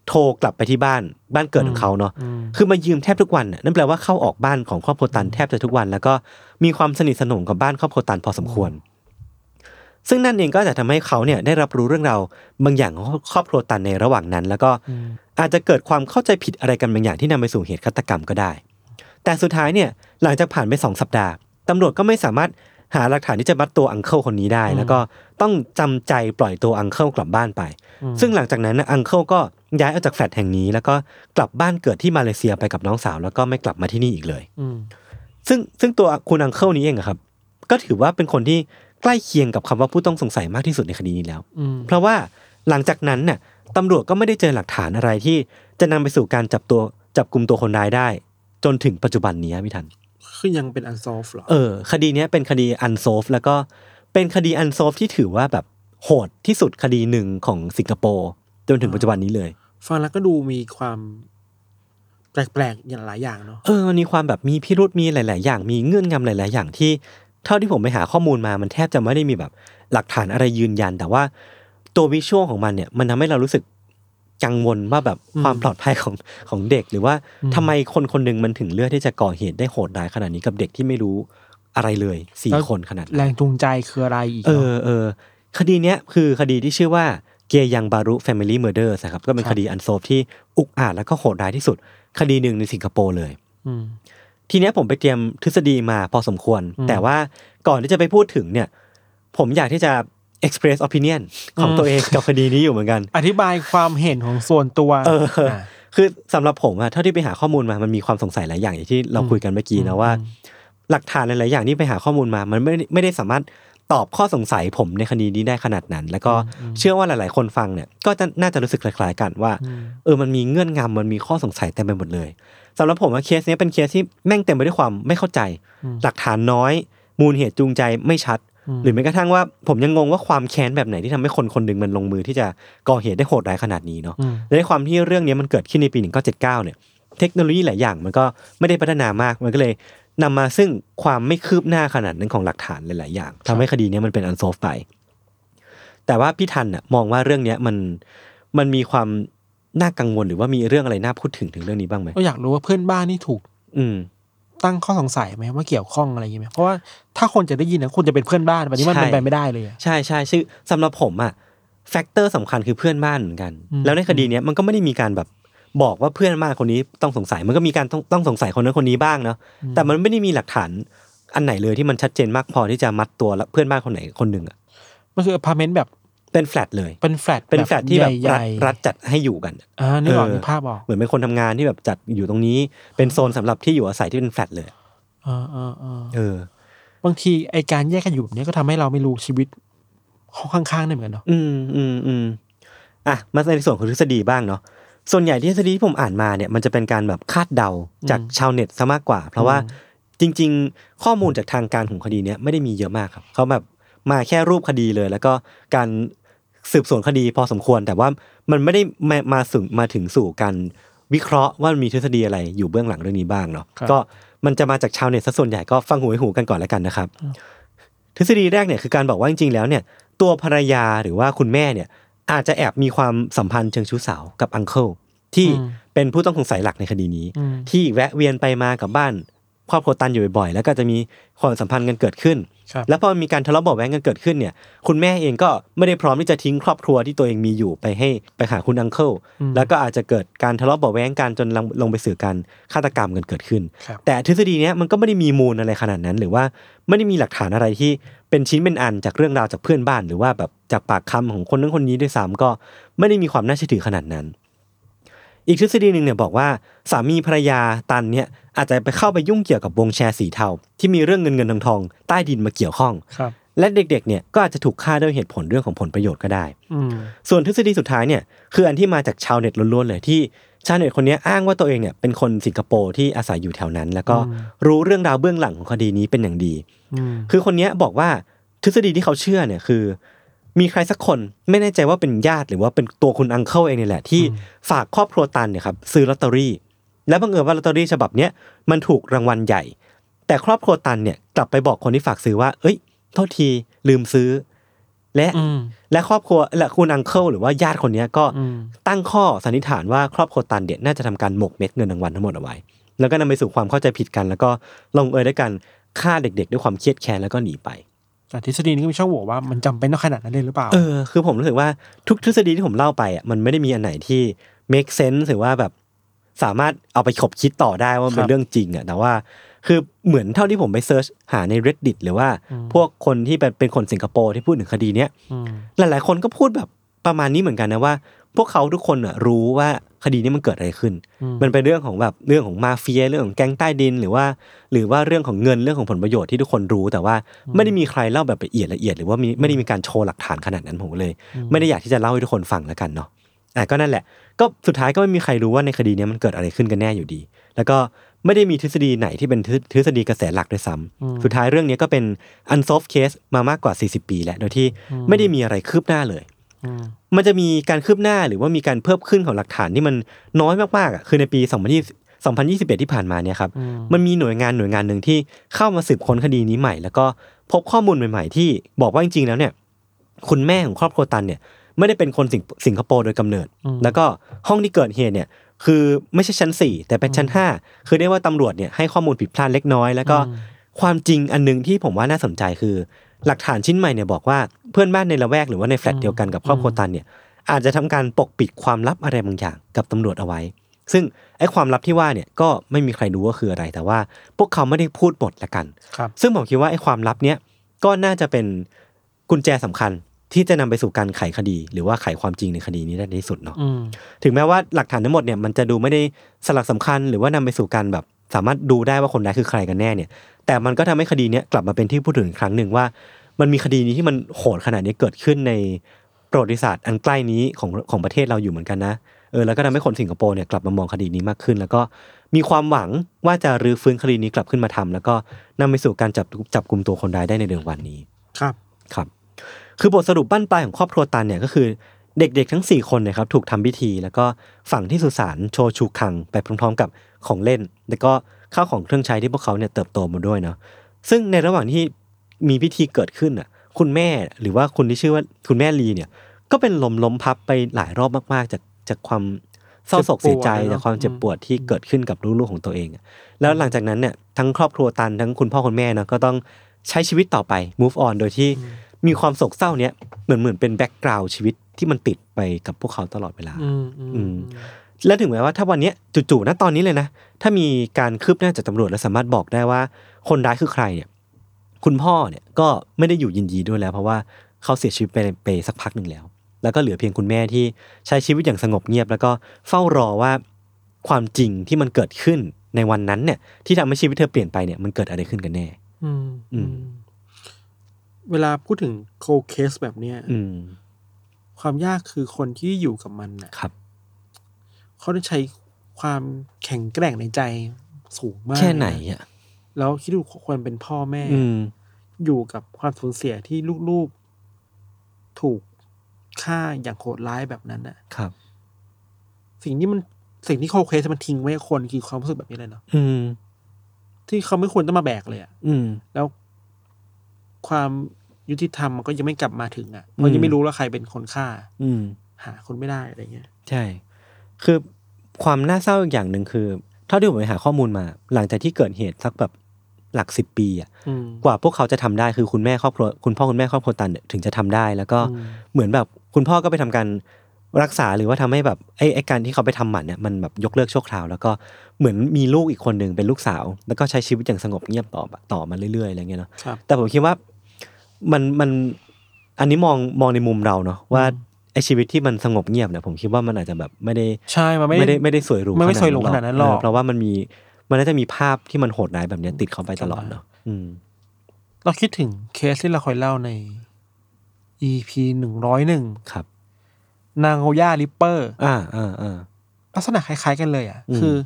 โทรกลับไปที่บ้านเกิดของเขาเนาะคือมายืมแทบทุกวันนั่นแปลว่าเข้าออกบ้านของครอบครัวตันแทบจะทุกวันแล้วก็มีความสนิทสนมกับบ้านครอบครัวตันพอสมควรซึ่งนั่นเองก็จะทำให้เขาเนี่ยได้รับรู้เรื่องราวบางอย่างของครอบครัวตันในระหว่างนั้นแล้วก็อาจจะเกิดความเข้าใจผิดอะไรกันบางอย่างที่นำไปสู่เหตุฆาตกรรมก็ได้แต่สุดท้ายเนี่ยหลังจากผ่านไป2 สัปดาห์ตำรวจก็ไม่สามารถหาหลักฐานที่จะมัดตัวอังเคิลคนนี้ได้แล้วก็ต้องจำใจปล่อยตัวอังเคิลกลับบ้านไปซึ่งหลังจากนั้นอังเคิลก็ย้ายออกจากแฟลตแห่งนี้แล้วก็กลับบ้านเกิดที่มาเลเซียไปกับน้องสาวแล้วก็ไม่กลับมาที่นี่อีกเลยซึ่งตัวคุณอังเคิลนี้เองครับก็ถือว่าเป็นคนที่ใกล้เคียงกับคำว่าผู้ต้องสงสัยมากที่สุดในคดีนี้แล้วเพราะว่าหลังจากนั้นน่ะตำรวจก็ไม่ได้เจอหลักฐานอะไรที่จะนำไปสู่การจับกุมตัวคนร้ายได้จนถึงปัจจุบันนี้พี่ทันคือยังเป็น unsolved หรอคดีนี้เป็นคดี unsolved แล้วก็เป็นคดี unsolved ที่ถือว่าแบบโหดที่สุดคดีหนึ่งของสิงคโปร์จนถึงปัจจุบันนี้เลยฟังแล้วก็ดูมีความแปลกๆอย่างหลายอย่างเนาะมันมีความแบบมีพิรุธมีหลายๆอย่างมีเงื่อนงำหลายๆอย่างที่เท่าที่ผมไปหาข้อมูลมามันแทบจะไม่ได้มีแบบหลักฐานอะไรยืนยันแต่ว่าตัววิชวลของมันเนี่ยมันทำให้เรารู้สึกกังวลว่าแบบความปลอดภัยของเด็กหรือว่าทำไมคนนึงมันถึงเลือกที่จะก่อเหตุได้โหดร้ายขนาดนี้กับเด็กที่ไม่รู้อะไรเลย4 คนขนาดแรงจูงใจคืออะไรอีกคดีเนี้ยคือคดีที่ชื่อว่าเกยังบารุแฟมิลี่เมอร์เดอร์ครับก็เป็นคดีอันโซฟที่อุกอาจและก็โหดร้ายที่สุดคดีหนึ่งในสิงคโปร์เลยทีนี้ผมไปเตรียมทฤษฎีมาพอสมควรแต่ว่าก่อนที่จะไปพูดถึงเนี่ยผมอยากที่จะ express opinion ของตัวเองกับคดีนี้อยู่เหมือนกันอธิบายความเห็นของส่วนตัวคือสำหรับผมเท่าที่ไปหาข้อมูลมามันมีความสงสัยหลายอย่างที่เราคุยกันเมื่อกี้นะว่าหลักฐานหลายๆอย่างที่ไปหาข้อมูลมามันไม่ได้สามารถตอบข้อสงสัยผมในคดีนี้ได้ขนาดนั้นแล้วก็เชื่อว่าหลายๆคนฟังเนี่ยก็น่าจะรู้สึกคล้ายๆกันว่ามันมีเงื่อนงำมันมีข้อสงสัยเต็มไปหมดเลยสำหรับผมว่าเคสนี้เป็นเคสที่แม่งเต็มไปด้วยความไม่เข้าใจหลักฐานน้อยมูลเหตุจูงใจไม่ชัดหรือแม้กระทั่งว่าผมยังงงว่าความแค้นแบบไหนที่ทำให้คนหนึ่งมันลงมือที่จะก่อเหตุได้โหดร้ายขนาดนี้เนาะและในความที่เรื่องนี้มันเกิดขึ้นในปี1979เนี่ยเทคโนโลยีหลายอย่างมันก็ไม่ได้พัฒนามากมันก็เลยนำมาซึ่งความไม่คืบหน้าขนาดนั้นของหลักฐานหลายๆอย่างทำให้คดีนี้มันเป็นอันโซฟไปแต่ว่าพี่ทันมองว่าเรื่องนี้มันมีความน่ากังวลหรือว่ามีเรื่องอะไรน่าพูดถึงเรื่องนี้บ้างไหมก็อยากรู้ว่าเพื่อนบ้านนี่ถูกตั้งข้อสงสัยไหมว่าเกี่ยวข้องอะไรอย่างเงี้ยเพราะว่าถ้าคนจะได้ยินนะคุณจะเป็นเพื่อนบ้านแบบนี้มันเป็นไปไม่ได้เลยใช่ใช่ซึ่งสำหรับผมแฟกเตอร์สำคัญคือเพื่อนบ้านเหมือนกันแล้วในคดีนี้มันก็ไม่ได้มีการแบบบอกว่าเพื่อนบ้านคนนี้ต้องสงสัยมันก็มีการต้องสงสัยคนนั้นคนนี้บ้างเนาะแต่มันไม่ได้มีหลักฐานอันไหนเลยที่มันชัดเจนมากพอที่จะมัดตัวเพื่อนบ้านคนไหนคนหนึ่งมันคืออพาร์ตเมนต์แบบเป็นแฟลตเลยเป็นแฟลตที่แบบรัฐจัดให้อยู่กันนึกออกภาพออกเหมือนเป็นคนทำงานที่แบบจัดอยู่ตรงนี้เป็นโซนสำหรับที่อยู่อาศัยที่เป็นแฟลตเลยบางทีไอการแยกกันอยู่แบบนี้ก็ทำให้เราไม่รู้ชีวิตข้างๆได้เหมือนกันเนาะมาในส่วนของทฤษฎีบ้างเนาะส่วนใหญ่ทฤษฎีที่ผมอ่านมาเนี่ยมันจะเป็นการแบบคาดเดาจากชาวเน็ตซะมากกว่าเพราะว่าจริงๆข้อมูลจากทางการของคดีเนี้ยไม่ได้มีเยอะมากครับเขาแบบมาแค่รูปคดีเลยแล้วก็การสืบสวนคดีพอสมควรแต่ว่ามันไม่ได้มาถึงสู่การวิเคราะห์ว่ามีทฤษฎีอะไรอยู่เบื้องหลังเรื่องนี้บ้างเนาะก็มันจะมาจากชาวเน็ตซะส่วนใหญ่ก็ฟังหูไว้หูกันก่อนแล้วกันนะครับทฤษฎีแรกเนี่ยคือการบอกว่าจริงๆแล้วเนี่ยตัวภรรยาหรือว่าคุณแม่เนี่ยอาจจะแอบมีความสัมพันธ์เชิงชู้สาวกับอังเคิลที่เป็นผู้ต้องสงสัยหลักในคดีนี้ที่แวะเวียนไปมากับบ้านครอบครัวตันอยู่บ่อยๆแล้วก็จะมีความสัมพันธ์กันเกิดขึ้นแล้วพอมีการทะเลาะเบาะแว้งกันเกิดขึ้นเนี่ยคุณแม่เองก็ไม่ได้พร้อมที่จะทิ้งครอบครัวที่ตัวเองมีอยู่ไปหาคุณอังเคิลแล้วก็อาจจะเกิดการทะเลาะเบาะแว้งกันจนลงไปสู่การฆาตกรรมกันเกิดขึ้นแต่ทฤษฎีนี้มันก็ไม่ได้มีมูลอะไรขนาดนั้นหรือว่าไม่ได้มีหลักฐานอะไรที่เป็นชิ้นเป็นอันจากเรื่องราวจากเพื่อนบ้านหรือว่าแบบจากปากคำของคนนั้นคนนี้ด้วยซ้ำก็ไม่ได้มีความน่าเชื่อถือขนาดนั้นอีกทฤษฎีนึงเนี่ยบอกว่าสามีภรรยาตันเนี่ยอาจจะไปเข้าไปยุ่งเกี่ยวกับวงแชร์สีเทาที่มีเรื่องเงินทองใต้ดินมาเกี่ยวข้องและเด็กๆเนี่ยก็อาจจะถูกฆ่าด้วยเหตุผลเรื่องของผลประโยชน์ก็ได้ส่วนทฤษฎีสุดท้ายเนี่ยคืออันที่มาจากชาวเน็ตล้วนๆเลยที่ชาวเน็ตคนนี้อ้างว่าตัวเองเนี่ยเป็นคนสิงคโปร์ที่อาศัยอยู่แถวนั้นแล้วก็รู้เรื่องราวเบื้องหลังของคดีนี้เป็นอย่างดีคือคนนี้บอกว่าทฤษฎีที่เขาเชื่อเนี่ยคือมีใครสักคนไม่แน่ใจว่าเป็นญาติหรือว่าเป็นตัวคุณอังเคิลเองนี่แหละที่ฝากครอบครัวตันเนี่ยครับซื้อลอตเตอรี่และบังเอิญว่าลอตเตอรี่ฉบับเนี้ยมันถูกรางวัลใหญ่แต่ครอบครัวตันเนี่ยกลับไปบอกคนที่ฝากซื้อว่าเอ้ยโทษทีลืมซื้อและครอบครัวและคุณอังเคิลหรือว่าญาติคนนี้ก็ตั้งข้อสันนิษฐานว่าครอบครัวตันเด็ดน่าจะทำการหมกเม็ดเงินรางวัลทั้งหมดเอาไว้แล้วก็นำไปสู่ความเข้าใจผิดกันแล้วก็ลงเอยด้วยการฆ่าเด็กๆด้วยความเครียดแค้นแล้วก็หนีไปแต่ทฤษฎีนี้ก็มีช่องโหว่ว่ามันจำเป็นต้องขนาดนั้นเลยหรือเปล่าคือผมรู้สึกว่าทุกทฤษฎีที่ผมเล่าไปอ่ะมันไม่ได้มีอันไหนที่ make sense หรือว่าแบบสามารถเอาไปขบคิดต่อได้ว่าเป็นเรื่องจริงอ่ะแต่ว่าคือเหมือนเท่าที่ผมไปเซิร์ชหาใน Reddit หรือว่าพวกคนที่เป็นคนสิงคโปร์ที่พูดถึงคดีเนี้ยหลายๆคนก็พูดแบบประมาณนี้เหมือนกันนะว่าพวกเขาทุกคนอ่ะรู้ว่าคดีนี้มันเกิดอะไรขึ้นมันเป็นเรื่องของแบบเรื่องของมาเฟียเรื่องของแก๊งใต้ดินหรือว่าเรื่องของเงินเรื่องของผลประโยชน์ที่ทุกคนรู้แต่ว่าไม่ได้มีใครเล่าแบบละเอียดหรือว่าไม่ได้มีการโชว์หลักฐานขนาดนั้นผมเลยไม่ได้อยากที่จะเล่าให้ทุกคนฟังแล้วกันเนาะก็นั่นแหละก็สุดท้ายก็ไม่มีใครรู้ว่าในคดีนี้มันเกิดอะไรขึ้นกันแน่อยู่ดีแล้วก็ไม่ได้มีทฤษฎีไหนที่เป็นทฤษฎีกระแสหลักด้วยซ้ำสุดท้ายเรื่องนี้ก็เป็น unsolved case มามากกว่า40ปีแล้วโดยที่ไม่ได้มีอะไรคืบหน้าเลยมันจะมีการคืบหน้าหรือว่ามีการเพิ่มขึ้นของหลักฐานที่มันน้อยมากๆอ่ะคือในปี2021ที่ผ่านมาเนี่ยครับมันมีหน่วยงานหนึ่งที่เข้ามาสืบค้นคดีนี้ใหม่แล้วก็พบข้อมูลใหม่ๆที่บอกว่าจริงๆแล้วเนี่ยคุณแม่ของครอบครัวตันเนี่ยไม่ได้เป็นคนสิงคโปร์โดยกำเนิดแล้วก็ห้องที่เกิดเหตุเนี่ยคือไม่ใช่ชั้น4แต่เป็นชั้น5คือเรียกว่าตำรวจเนี่ยให้ข้อมูลผิดพลาดเล็กน้อยแล้วก็ความจริงอันนึงที่ผมว่าน่าสนใจคือหลักฐานชิ้นใหม่เนี่ยบอกว่าเพื่อนบ้านในละแวกหรือว่าในแฟลตเดียวกันกับครอบครัวตันเนี่ยอาจจะทำการปกปิดความลับอะไรบางอย่างกับตำรวจเอาไว้ซึ่งไอ้ความลับที่ว่าเนี่ยก็ไม่มีใครรู้ว่าคืออะไรแต่ว่าพวกเขาไม่ได้พูดหมดละกันซึ่งผมคิดว่าไอ้ความลับเนี้ยก็น่าจะเป็นกุญแจสำคัญที่จะนำไปสู่การไขคดีหรือว่าไขความจริงในคดีนี้ได้ในที่สุดเนาะถึงแม้ว่าหลักฐานทั้งหมดเนี่ยมันจะดูไม่ได้สลักสำคัญหรือว่านำไปสู่การแบบสามารถดูได้ว่าคนร้ายคือใครกันแน่เนี่ยแต่มันก็ทำให้คดีนี้กลับมาเป็นที่พูดถึงอีกครั้งหนึ่งว่ามันมีคดีนี้ที่มันโหดขนาดนี้เกิดขึ้นในประวัติศาสตร์อันใกล้นี้ของประเทศเราอยู่เหมือนกันนะแล้วก็ทำให้คนสิงคโปร์เนี่ยกลับมามองคดีนี้มากขึ้นแล้วก็มีความหวังว่าจะรื้อฟื้นคดีนี้กลับขึ้นมาทำแล้วก็นำไปสู่การจับกุมตัวคนร้ายได้ในเร็ววันนี้ครับคือบทสรุปบั้นปลายของครอบครัวตันเนี่ยก็คือเด็กๆทั้ง4คนนะครับถูกทำพิธีแล้วก็ฝังที่สุสานโชชูคังไปพร้อมๆกับของเล่นแล้วก็ข้าวของเครื่องใช้ที่พวกเขาเนี่ยเติบโตมาด้วยเนาะซึ่งในระหว่างที่มีพิธีเกิดขึ้นอ่ะคุณแม่หรือว่าคุณที่ชื่อว่าคุณแม่ลีเนี่ยก็เป็นล้มพับไปหลายรอบมากๆจากความเศร้าโศกเสียใจจากความเจ็บปวดที่เกิดขึ้นกับลูกๆของตัวเองแล้วหลังจากนั้นเนี่ยทั้งครอบครัวตันทั้งคุณพ่อคุณแม่เนาะก็ต้องใช้ชีวิตต่อไป move on โดยที่มีความโศกเศร้าเนี้ยเหมือนเป็นแบ็กกราวด์ชีวิตที่มันติดไปกับพวกเขาตลอดเวลาและถึงแม้ว่าถ้าวันนี้จู่ๆณตอนนี้เลยนะถ้ามีการคืบหน้าจากตำรวจและสามารถบอกได้ว่าคนร้ายคือใครเนี่ยคุณพ่อเนี่ยก็ไม่ได้อยู่ยินดีด้วยแล้วเพราะว่าเขาเสียชีวิตไปสักพักนึงแล้วก็เหลือเพียงคุณแม่ที่ใช้ชีวิตอย่างสงบเงียบแล้วก็เฝ้ารอว่าความจริงที่มันเกิดขึ้นในวันนั้นเนี่ยที่ทำให้ชีวิตเธอเปลี่ยนไปเนี่ยมันเกิดอะไรขึ้นกันแน่เวลาพูดถึงโคเคสแบบเนี้ยความยากคือคนที่อยู่กับมันนะครับเขาต้องใช้ความแข็งแกร่งในใจสูงมากแค่ไหนอ่ะแล้วคิดดูคนเป็นพ่อแม่อยู่กับความสูญเสียที่ลูกๆถูกฆ่าอย่างโหดร้ายแบบนั้นน่ะครับสิ่งที่โคเคสมันทิ้งไว้คนคือความรู้สึกแบบนี้เลยเนาะที่เขาไม่ควรต้องมาแบกเลยอ่ะแล้วความยุติธรรมมันก็ยังไม่กลับมาถึงอ่ะเพราะยังไม่รู้ว่าใครเป็นคนฆ่าหาคนไม่ได้อะไรเงี้ยใช่คือความน่าเศร้าอีกอย่างหนึ่งคือเท่าที่ผมไปหาข้อมูลมาหลังจากที่เกิดเหตุสักแบบหลัก10 ปีอ่ะกว่าพวกเขาจะทำได้คือคุณพ่อคุณแม่ครอบครัวตันถึงจะทำได้แล้วก็เหมือนแบบคุณพ่อก็ไปทำการรักษาหรือว่าทำให้แบบไอ้การที่เขาไปทำหมันเนี่ยมันแบบยกเลิกชั่วคราวแล้วก็เหมือนมีลูกอีกคนนึงเป็นลูกสาวแล้วก็ใช้ชีวิตอย่างสงบเงียบต่อมาเรื่อยๆอะไรเงี้ยเนาะแต่ผมคิดว่ามันอันนี้มองในมุมเราเนาะว่าไอ้ชีวิตที่มันสงบเงียบเนี่ยผมคิดว่ามันอาจจะแบบไม่ได้ใช่มันไม่ได้สวยหรูไม่สวยหรูขนาดนั้นหรอกเพราะว่ามันน่าจะมีภาพที่มันโหดร้ายแบบนี้ติดเข้าไปตลอดเนาะเราคิดถึงเคสที่เราเคยเล่าใน EP 101ครับนางโฮย่าริปเปอร์ลักษณะคล้ายๆกันเลยอ่ะคือ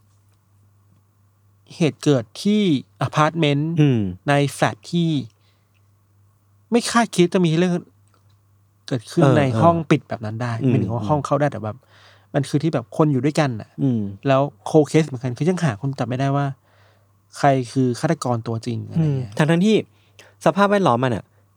เหตุเกิดที่อพาร์ตเมนต์ในแฟลตที่ไม่คาดคิดจะมีเรื่องเกิดขึ้นในห้องปิดแบบนั้นได้ไม่ถึงว่าห้องเข้าได้แต่แบบมันคือที่แบบคนอยู่ด้วยกันอ่ะแล้วโคเคสเหมือนกันคือยังหาคนจับไม่ได้ว่าใครคือฆาตกรตัวจริงอะไรเงี้ยทั้งที่สภาพแวดล้อมมันอ่ะ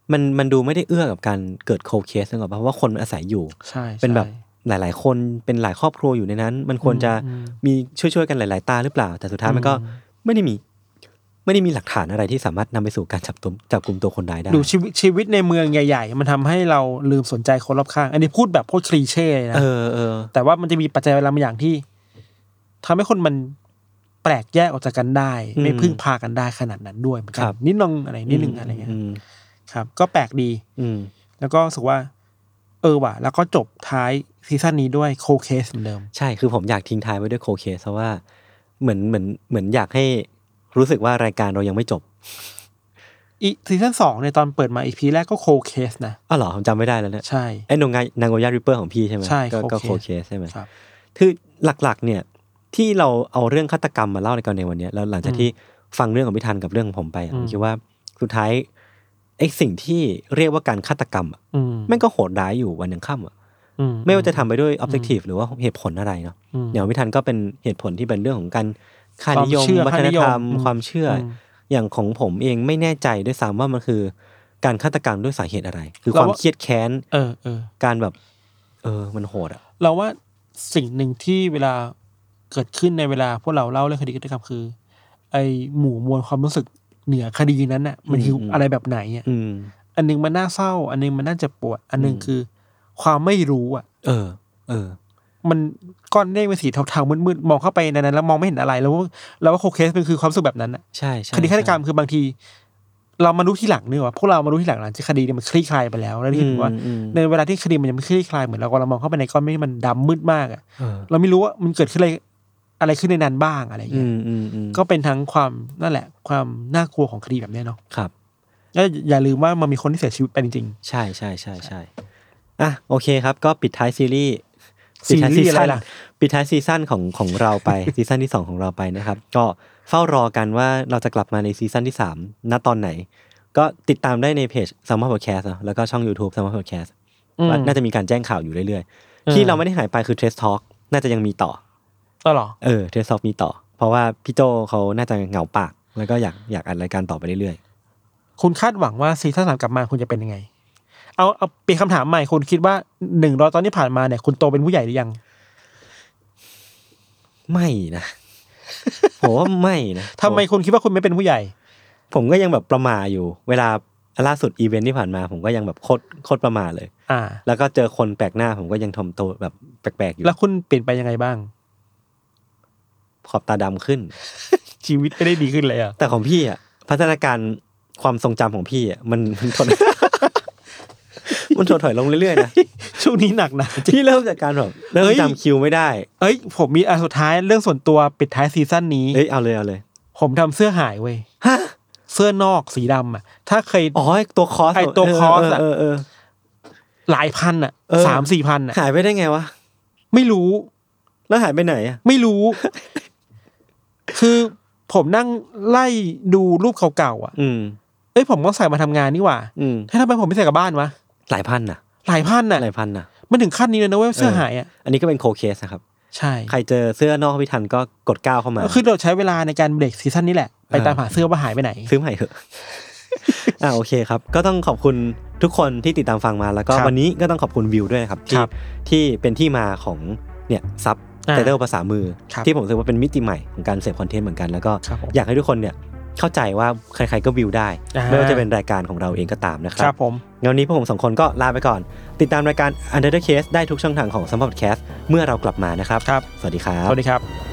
มันดูไม่ได้เอื้อกับการเกิดโคเคสนึกออกป่ะเพราะว่าคนมันอาศัยอยู่ใช่เป็นแบบหลายๆคนเป็นหลายครอบครัวอยู่ในนั้นมันควรจะมีช่วยๆกันหลายๆตาหรือเปล่าแต่สุดท้ายมันก็ไม่ได้มีหลักฐานอะไรที่สามารถนำไปสู่การจับกลุ่มตัวคนร้ายได้ดูชีวิตในเมืองใหญ่ๆมันทำให้เราลืมสนใจคนรอบข้างอันนี้พูดแบบโคตรคลีเช่นะแต่ว่ามันจะมีปัจจัยอะไรบางอย่างที่ทำให้คนมันแปลกแยกออกจากกันได้ไม่พึ่งพากันได้ขนาดนั้นด้วยเหมือนกันนิดนึงอะไรเงี้ยครับก็แปลกดีแล้วก็รู้สึกว่าว่ะแล้วก็จบท้ายซีซั่นนี้ด้วยโคเคสเหมือนเดิมใช่คือผมอยากทิ้งท้ายไว้ด้วยโคเคสเพราะว่าเหมือนอยากให้รู้สึกว่ารายการเรายังไม่จบอีซีซั่น2ในตอนเปิดมาอีพีแรกก็โคเคสนะอ๋อเหรอผมจำไม่ได้แล้วเนี่ยใช่ไอ้นางโงย่าริปเปอร์ของพี่ใช่ไหมใช่ก็โคเคสใช่ไหมครับคือหลักๆเนี่ยที่เราเอาเรื่องฆาตกรรมมาเล่าในวันนี้แล้วหลังจากที่ฟังเรื่องของพี่ทันกับเรื่องของผมไปผมคิดว่าสุดท้ายไอ้สิ่งที่เรียกว่าการฆาตกรรมแม่งก็โหดร้ายอยู่วันยังค่ำไม่ว่าจะทำไปด้วย objective หรือว่าเหตุผลอะไรเนาะอย่างพี่ทันก็เป็นเหตุผลที่เป็นเรื่องของการค่านิยมวัฒนธรรมความเชื่ออย่างของผมเองไม่แน่ใจด้วยซ้ำว่ามันคือการฆาตกรรมด้วยสาเหตุอะไรคือความเครียดแค้นการแบบมันโหดอะเราว่าสิ่งหนึ่งที่เวลาเกิดขึ้นในเวลาพวกเราเล่าเรื่องคดีฆาตกรรมคือไอหมู่มวลความรู้สึกเหนือคดีนั้นน่ะมันคืออะไรแบบไหนอ่ะอันนึงมันน่าเศร้าอันนึงมันน่าเจ็บปวดอันนึงคือความไม่รู้อ่ะมันก้อนเมฆเป็นสีเทาๆมืดๆมองเข้าไปในนั้นแล้วมองไม่เห็นอะไรแล้วว่าโคเคสมันคือความรู้สึกแบบนั้นอ่ะใช่คดีฆาตกรรมคือบางทีเรามารู้ทีหลังเนี่ยว่าพวกเรามารู้ทีหลังหลังที่คดีมันคลี่คลายไปแล้วแล้วเห็นว่าในเวลาที่คดีมันยังไม่คลี่คลายเหมือนเรามองเข้าไปในก้อนเมฆมันดำมืดมากอ่ะเราไม่รู้ว่ามันเกิดขึ้นอะไรขึ้นในนั้นบ้างอะไรอย่างเงี้ยก็เป็นทั้งความนั่นแหละความน่ากลัวของคดีแบบนี้เนาะครับแล้วอย่าลืมว่ามันมีคนที่เสียชีวิตไปจริงๆใช่อ่ะโอเคครับก็ปิดท้ายซีรีส์อะไรล่ะปิดท้ายซีซั่นของเราไป ซีซั่นที่2ของเราไปนะครับก็เฝ้ารอกันว่าเราจะกลับมาในซีซั่นที่3ณตอนไหนก็ติดตามได้ในเพจ Salmon Podcast แล้วก็ช่อง YouTube Salmon Podcast ว่าน่าจะมีการแจ้งข่าวอยู่เรื่อยๆที่เราไม่ได้หายไปคือ Trace Talk น่าจะยังมีต่อหรอ Trace Talk มีต่อเพราะว่าพี่โจเขาน่าจะเหงาปากแล้วก็อยากอัดรายการต่อไปเรื่อยๆคุณคาดหวังว่าซีซั่น3กลับมาคุณจะเป็นยังไงเอาเปลี่ยนคำถามใหม่คุณคิดว่า100ตอนที่ผ่านมาเนี่ยคุณโตเป็นผู้ใหญ่หรือยังไม่นะผมว่าไม่นะทำไมคุณคิดว่าคุณไม่เป็นผู้ใหญ่ผมก็ยังแบบประมาอยู่เวลาล่าสุดอีเวนท์ที่ผ่านมาผมก็ยังแบบโคตรประมาเลยแล้วก็เจอคนแปลกหน้าผมก็ยังทำตัวแบบแปลกๆอยู่แล้วคุณเปลี่ยนไปยังไงบ้างขอบตาดำขึ้นชีวิตไม่ได้ดีขึ้นเลยอ่ะแต่ของพี่อ่ะพัฒนาการความทรงจำของพี่อ่ะมันทน มันถอยลงเรื่อยๆนะช่วงนี้หนักนะพี่เริ่มจากการแบบเริ่มจำคิวไม่ได้ผมมีสุดท้ายเรื่องส่วนตัวปิดท้ายซีซั่นนี้เอาเลยผมทำเสื้อหายเว้ยเสื้อนอกสีดำอ่ะถ้าเคยตัวคอสตัวคอสอ่ะหลายพันอ่ะ 3-4 พันอ่ะหายไปได้ไงวะไม่รู้แล้วหายไปไหนอ่ะไม่รู้ คือผมนั่งไล่ดูรูปเก่าๆอ่ะผมก็ใส่มาทำงานนี่หว่าถ้าทำไมผมไม่ใส่กับบ้านวะหลายพันน่ะมันถึงขั้นนี้เลยนะเว้ยเสื้อหายอ่ะอันนี้ก็เป็นโคเคสนะครับใช่ใครเจอเสื้อนอกพี่ทันก็กดก้าวเข้ามาคือเราใช้เวลาในการเบรกซีซั่นนี้แหละไปตามหาเสื้อว่าหายไปไหนซื้อใหม่เถอะโอเคครับก็ต้องขอบคุณทุกคนที่ติดตามฟังมาแล้วก็วันนี้ก็ต้องขอบคุณวิวด้วยครับที่เป็นที่มาของเนี่ยซับไตเติลภาษามือที่ผมรู้สึกว่าเป็นมิติใหม่ของการเสพคอนเทนต์เหมือนกันแล้วก็อยากให้ทุกคนเนี่ยเข้าใจว่าใครๆก็วิวได้ไม่ว่าจะเป็นรายการของเราเองก็ตามนะครับวันนี้พวกผม2คนก็ลาไปก่อนติดตามรายการ Under the Case ได้ทุกช่องทางของ Salmon Podcast เมื่อเรากลับมานะครับสวัสดีครับ